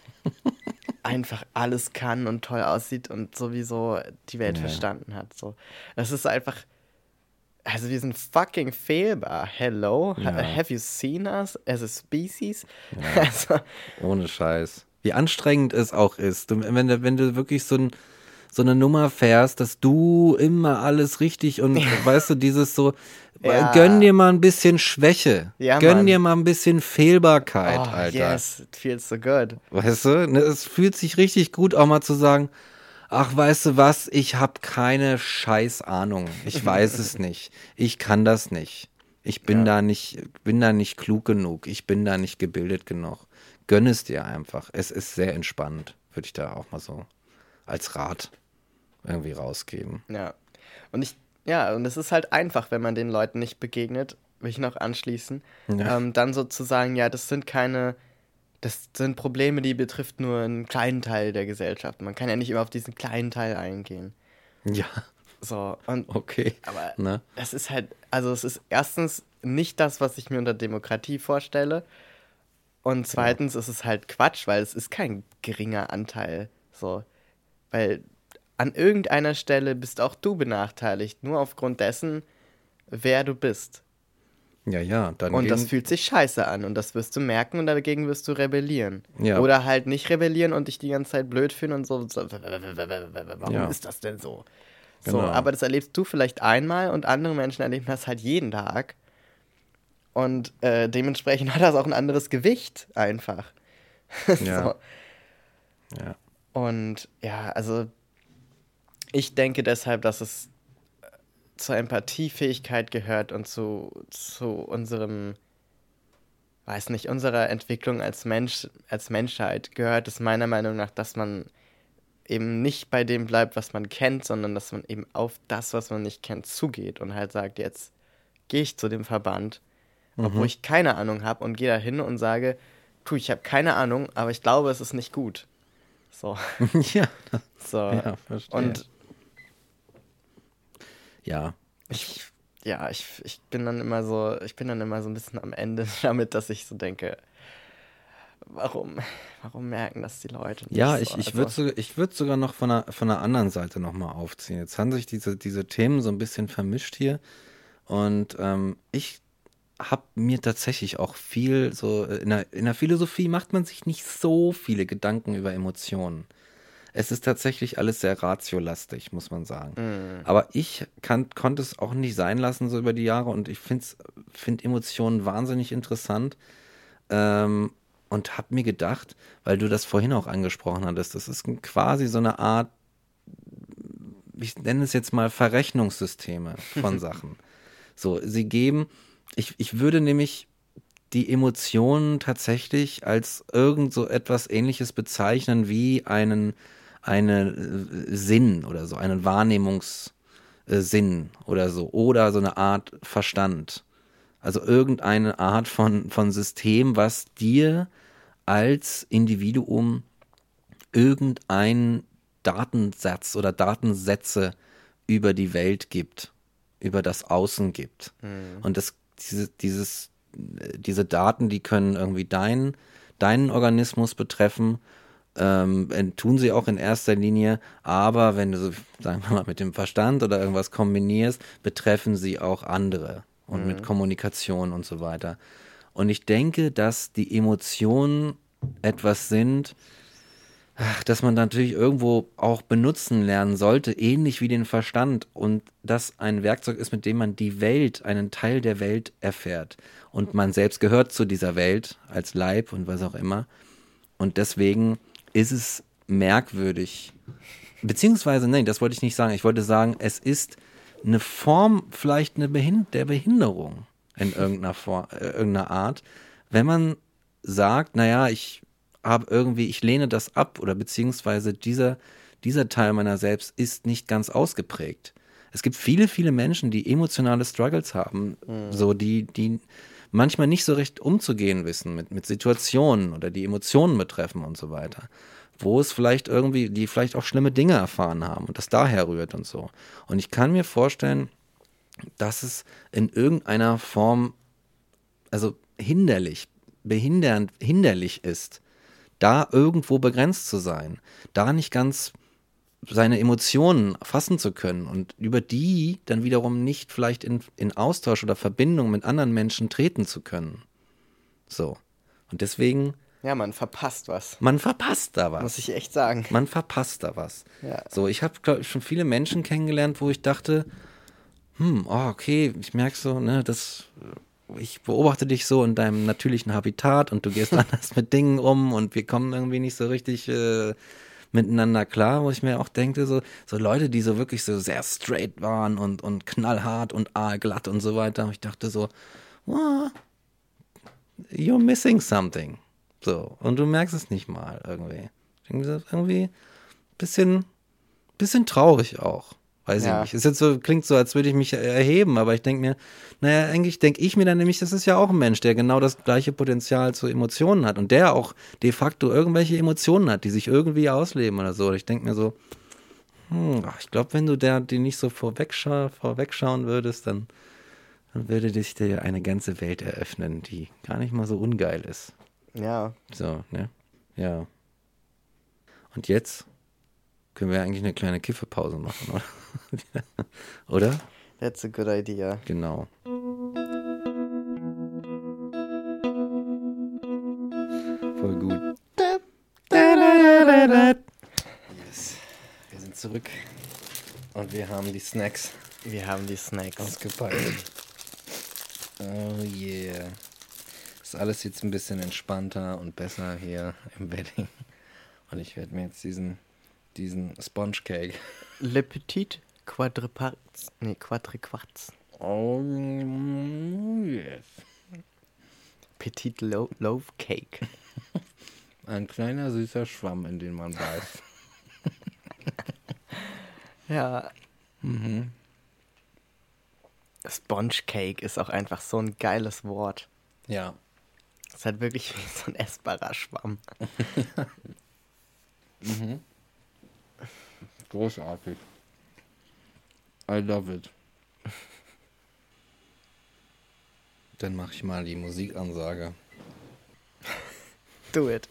einfach alles kann und toll aussieht und sowieso die Welt Ja. verstanden hat. So. Das ist einfach, also wir sind fucking fehlbar. Hello? Ja. Ha- Have you seen us as a species? Also, Ohne Scheiß. Wie anstrengend es auch ist. Du, wenn, du, wenn du wirklich so, ein, so eine Nummer fährst, dass du immer alles richtig und weißt du, dieses so, Ja. gönn dir mal ein bisschen Schwäche. Ja, gönn Mann. dir mal ein bisschen Fehlbarkeit, oh, Alter. yes, it feels so good. Weißt du, ne, es fühlt sich richtig gut, auch mal zu sagen, ach, weißt du was, ich habe keine scheiß Ahnung. Ich weiß es nicht. Ich kann das nicht. Ich bin Ja. da nicht, bin da nicht klug genug. Ich bin da nicht gebildet genug. Gönn es dir einfach. Es ist sehr entspannend, würde ich da auch mal so als Rat irgendwie rausgeben. Ja. Und ich, ja, und es ist halt einfach, wenn man den Leuten nicht begegnet, will ich noch anschließen, Ja. ähm, dann sozusagen, ja, das sind keine, das sind Probleme, die betrifft nur einen kleinen Teil der Gesellschaft. Man kann ja nicht immer auf diesen kleinen Teil eingehen. Ja, So, und okay. aber Ne? es ist halt, also es ist erstens nicht das, was ich mir unter Demokratie vorstelle. Und zweitens ist es halt Quatsch, weil es ist kein geringer Anteil. So. Weil an irgendeiner Stelle bist auch du benachteiligt, nur aufgrund dessen, wer du bist. Ja, ja, dann Und das gegen- fühlt sich scheiße an und das wirst du merken und dagegen wirst du rebellieren. Ja. Oder halt nicht rebellieren und dich die ganze Zeit blöd fühlen und so. so warum Ja. ist das denn so? So, Genau. aber das erlebst du vielleicht einmal und andere Menschen erleben das halt jeden Tag. Und äh, dementsprechend hat das auch ein anderes Gewicht einfach. Ja. so. Ja. Und ja, also ich denke deshalb, dass es äh, zur Empathiefähigkeit gehört und zu, zu unserem, weiß nicht, unserer Entwicklung als Mensch, als Menschheit gehört es meiner Meinung nach, dass man eben nicht bei dem bleibt, was man kennt, sondern dass man eben auf das, was man nicht kennt, zugeht und halt sagt, jetzt gehe ich zu dem Verband, obwohl ich keine Ahnung habe und gehe da hin und sage, tu, ich habe keine Ahnung, aber ich glaube, es ist nicht gut. So, ja, so. ja, verstehe. Und ja, ich, ja, ich, ich bin dann immer so, ich bin dann immer so ein bisschen am Ende damit, dass ich so denke, warum, warum merken das die Leute nicht ja, so? ich, ich Also, würde sogar, ich würd sogar noch von der, von der anderen Seite nochmal aufziehen. Jetzt haben sich diese, diese Themen so ein bisschen vermischt hier und ähm, ich habe mir tatsächlich auch viel so, in der, in der Philosophie macht man sich nicht so viele Gedanken über Emotionen. Es ist tatsächlich alles sehr ratiolastig, muss man sagen. Aber ich kann, konnte es auch nicht sein lassen so über die Jahre und ich finde find Emotionen wahnsinnig interessant. Ähm, und habe mir gedacht, weil du das vorhin auch angesprochen hattest, das ist quasi so eine Art, ich nenne es jetzt mal Verrechnungssysteme von Sachen. So, sie geben, ich, ich würde nämlich die Emotionen tatsächlich als irgend so etwas Ähnliches bezeichnen wie einen, einen äh, Sinn oder so, einen Wahrnehmungssinn oder so, oder so eine Art Verstand. Also irgendeine Art von, von System, was dir als Individuum irgendeinen Datensatz oder Datensätze über die Welt gibt, über das Außen gibt. Und das, diese, dieses, diese Daten, die können irgendwie dein, deinen Organismus betreffen, ähm, tun sie auch in erster Linie, aber wenn du so, sagen wir mal, mit dem Verstand oder irgendwas kombinierst, betreffen sie auch andere und mit Kommunikation und so weiter. Und ich denke, dass die Emotionen etwas sind, ach, dass man natürlich irgendwo auch benutzen lernen sollte, ähnlich wie den Verstand. Und das ein Werkzeug ist, mit dem man die Welt, einen Teil der Welt erfährt. Und man selbst gehört zu dieser Welt als Leib und was auch immer. Und deswegen ist es merkwürdig. Beziehungsweise, nein, das wollte ich nicht sagen. Ich wollte sagen, es ist eine Form, vielleicht eine Behind- der Behinderung in irgendeiner, Form, äh, irgendeiner Art, wenn man sagt, naja, ich habe irgendwie, ich lehne das ab oder beziehungsweise dieser, dieser Teil meiner selbst ist nicht ganz ausgeprägt. Es gibt viele, viele Menschen, die emotionale Struggles haben, mhm. so die, die manchmal nicht so recht umzugehen wissen mit, mit Situationen oder die Emotionen betreffen und so weiter. Wo es vielleicht irgendwie, die vielleicht auch schlimme Dinge erfahren haben und das daher rührt und so. Und ich kann mir vorstellen, dass es in irgendeiner Form, also hinderlich, behindernd, hinderlich ist, da irgendwo begrenzt zu sein, da nicht ganz seine Emotionen fassen zu können und über die dann wiederum nicht vielleicht in, in Austausch oder Verbindung mit anderen Menschen treten zu können. So. Und deswegen ja, man verpasst was. Man verpasst da was. Muss ich echt sagen. Man verpasst da was. Ja. So, ich habe, glaube ich, schon viele Menschen kennengelernt, wo ich dachte, hm, oh, okay, ich merke so, ne, das, ich beobachte dich so in deinem natürlichen Habitat und du gehst anders mit Dingen um und wir kommen irgendwie nicht so richtig äh, miteinander klar, wo ich mir auch denke, so, so Leute, die so wirklich so sehr straight waren und, und knallhart und aalglatt und so weiter. Und ich dachte so, oh, you're missing something. So, und du merkst es nicht mal irgendwie. Irgendwie ein bisschen, bisschen traurig auch. Weiß Ja. ich nicht. Es jetzt so, klingt so, als würde ich mich erheben, aber ich denke mir, naja, eigentlich denke ich mir dann nämlich, das ist ja auch ein Mensch, der genau das gleiche Potenzial zu Emotionen hat und der auch de facto irgendwelche Emotionen hat, die sich irgendwie ausleben oder so. Und ich denke mir so, hm, ach, ich glaube, wenn du der, die nicht so vorwegschau- vorwegschauen würdest, dann, dann würde dich dir eine ganze Welt eröffnen, die gar nicht mal so ungeil ist. Ja. So, ne? Ja. Und jetzt können wir eigentlich eine kleine Kiffepause machen, oder? Oder? That's a good idea. Genau. Voll gut. Yes. Wir sind zurück und wir haben die Snacks Wir haben die Snacks. ausgepackt. Oh yeah. Ist alles jetzt ein bisschen entspannter und besser hier im Wedding. Und ich werde mir jetzt diesen, diesen Sponge Cake. Le Petit Quadriparts. Nee, Quadriquarts. Oh yes. Petit Lo Loaf Cake. Ein kleiner süßer Schwamm, in den man beißt. Ja. Mhm. Sponge Cake ist auch einfach so ein geiles Wort. Ja. Es ist halt wirklich wie so ein essbarer Schwamm. Mhm. Großartig. I love it. Dann mache ich mal die Musikansage. Do it.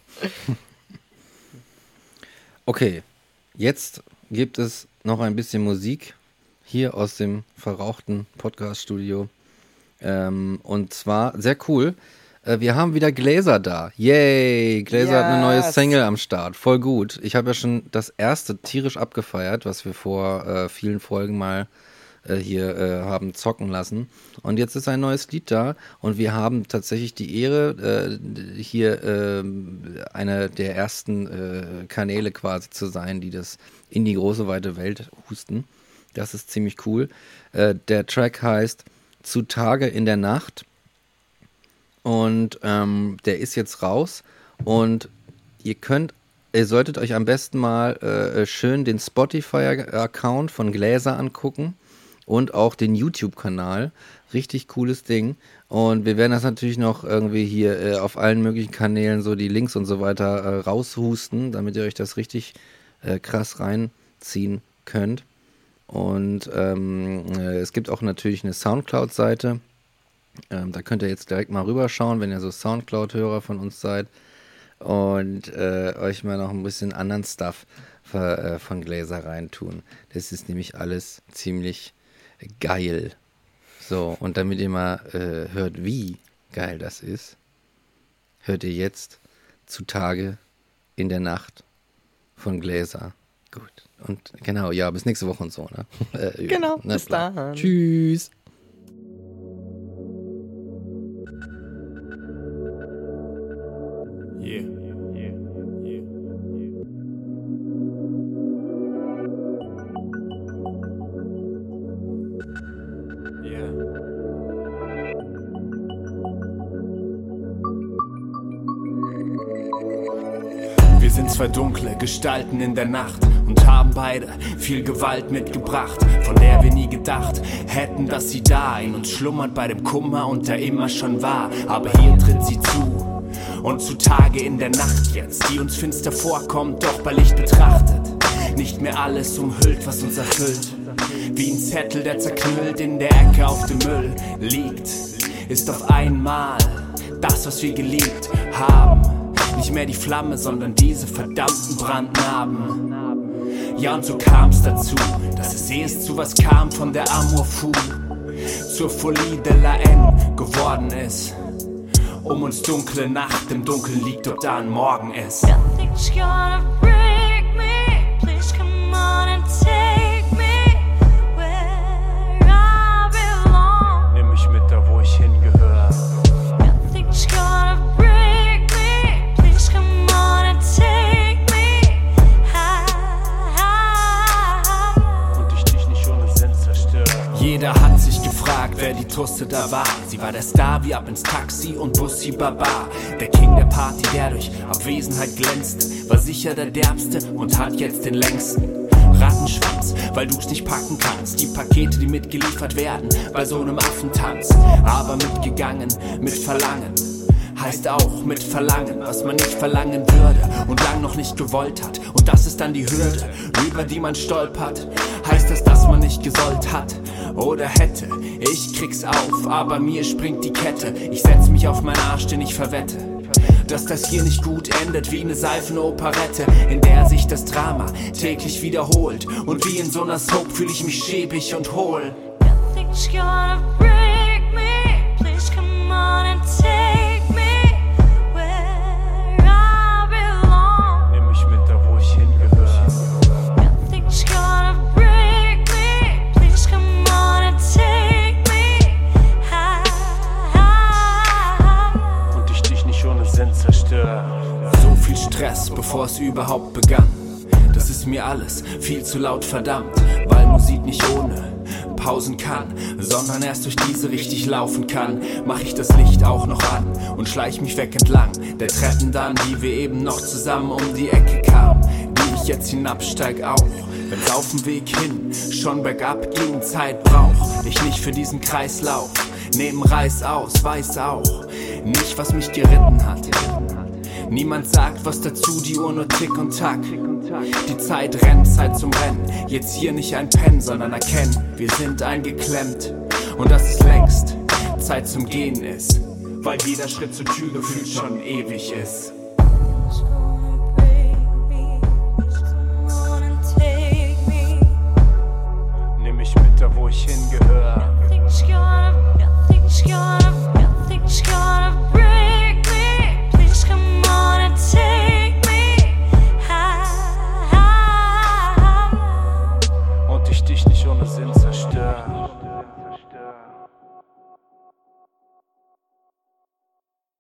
Okay, jetzt gibt es noch ein bisschen Musik hier aus dem verrauchten Podcast-Studio. Ähm, und zwar, sehr cool, äh, wir haben wieder Gläser da. Yay, Gläser hat eine neue Yes. Single am Start. Voll gut. Ich habe ja schon das erste tierisch abgefeiert, was wir vor äh, vielen Folgen mal äh, hier äh, haben zocken lassen. Und jetzt ist ein neues Lied da und wir haben tatsächlich die Ehre, äh, hier äh, einer der ersten äh, Kanäle quasi zu sein, die das in die große weite Welt husten. Das ist ziemlich cool. Äh, der Track heißt Zutage in der Nacht und ähm, der ist jetzt raus und ihr könnt, ihr solltet euch am besten mal äh, schön den Spotify-Account von Gläser angucken und auch den YouTube-Kanal. Richtig cooles Ding. Und wir werden das natürlich noch irgendwie hier äh, auf allen möglichen Kanälen so die Links und so weiter äh, raushusten, damit ihr euch das richtig äh, krass reinziehen könnt. Und ähm, äh, es gibt auch natürlich eine Soundcloud-Seite. Ähm, da könnt ihr jetzt direkt mal rüberschauen, wenn ihr so Soundcloud-Hörer von uns seid. Und äh, euch mal noch ein bisschen anderen Stuff für, äh, von Gläser reintun. Das ist nämlich alles ziemlich geil. So, und damit ihr mal äh, hört, wie geil das ist, hört ihr jetzt Zutage in der Nacht von Gläser. Gut. Und genau, ja, bis nächste Woche und so, ne? Äh, Genau, ne, bis klar. dann. Tschüss. Yeah, yeah, yeah, yeah. Yeah. Wir sind zwei dunkle Gestalten in der Nacht und haben beide viel Gewalt mitgebracht, von der wir nie gedacht hätten, dass sie da in uns schlummert bei dem Kummer und der immer schon war. Aber hier tritt sie zu und zutage in der Nacht jetzt, die uns finster vorkommt, doch bei Licht betrachtet. Nicht mehr alles umhüllt, was uns erfüllt. Wie ein Zettel, der zerknüllt in der Ecke auf dem Müll liegt, ist auf einmal das, was wir geliebt haben. Nicht mehr die Flamme, sondern diese verdammten Brandnarben. Ja, und so kam's dazu, dass es erst zu was kam von der Amour fou zur Folie de la Haine geworden ist. Um uns dunkle Nacht, im Dunkeln liegt, ob da ein Morgen ist. Nothing's gonna break me. Please come on and take me where I belong. Nimm mich mit da, wo ich hingehöre. Nothing's gonna break me. Please come on and take me high. Und ich dich nicht ohne Sinn zerstöre. Jeder hat sich gefragt, wer die Tusse da war. Sie war der Star wie ab ins Taxi und Bussi Baba. Der King der Party, der durch Abwesenheit glänzt, war sicher der Derbste und hat jetzt den längsten Rattenschwanz, weil du's nicht packen kannst. Die Pakete, die mitgeliefert werden bei so einem Affentanz. Aber mitgegangen, mit Verlangen. Heißt auch mit Verlangen, was man nicht verlangen würde und lang noch nicht gewollt hat. Und das ist dann die Hürde, über die man stolpert. Heißt das, dass man nicht gesollt hat oder hätte? Ich krieg's auf, aber mir springt die Kette. Ich setz mich auf meinen Arsch, den ich verwette, dass das hier nicht gut endet wie eine Seifenoperette, in der sich das Drama täglich wiederholt. Und wie in so einer Soap fühl ich mich schäbig und hohl. Nothing's gonna break me. Please come on and take me where I belong. Nimm mich mit da, wo ich hingehöre. Nothing's gonna break me. Please come on and take me high. Und ich dich nicht ohne Sinn zerstöre. So viel Stress, bevor es überhaupt begann. Das ist mir alles viel zu laut, verdammt, weil Musik nicht ohne Pausen kann, sondern erst durch diese richtig laufen kann. Mach ich das Licht auch noch an und schleich mich weg entlang der Treppen dann, die wir eben noch zusammen um die Ecke kamen, die ich jetzt hinabsteig auch. Wenn's auf dem Weg hin schon bergab ging, Zeit brauch ich nicht für diesen Kreislauf. Nehm Reiß aus, weiß auch nicht, was mich geritten hat. Niemand sagt was dazu, die Uhr nur Tick und Tack. Die Zeit rennt, Zeit zum Rennen. Jetzt hier nicht ein Pennen, sondern erkennen, wir sind eingeklemmt. Und dass es längst Zeit zum Gehen ist, weil jeder Schritt zur Tür gefühlt schon ewig ist. Nothing's gonna break me. Please come on and take me. Nimm mich mit da, wo ich hingehöre. Nothing's gonna, nothing's gonna, nothing's gonna break me. Please come on and take me high. Und ich dich nicht ohne Sinn zerstöre.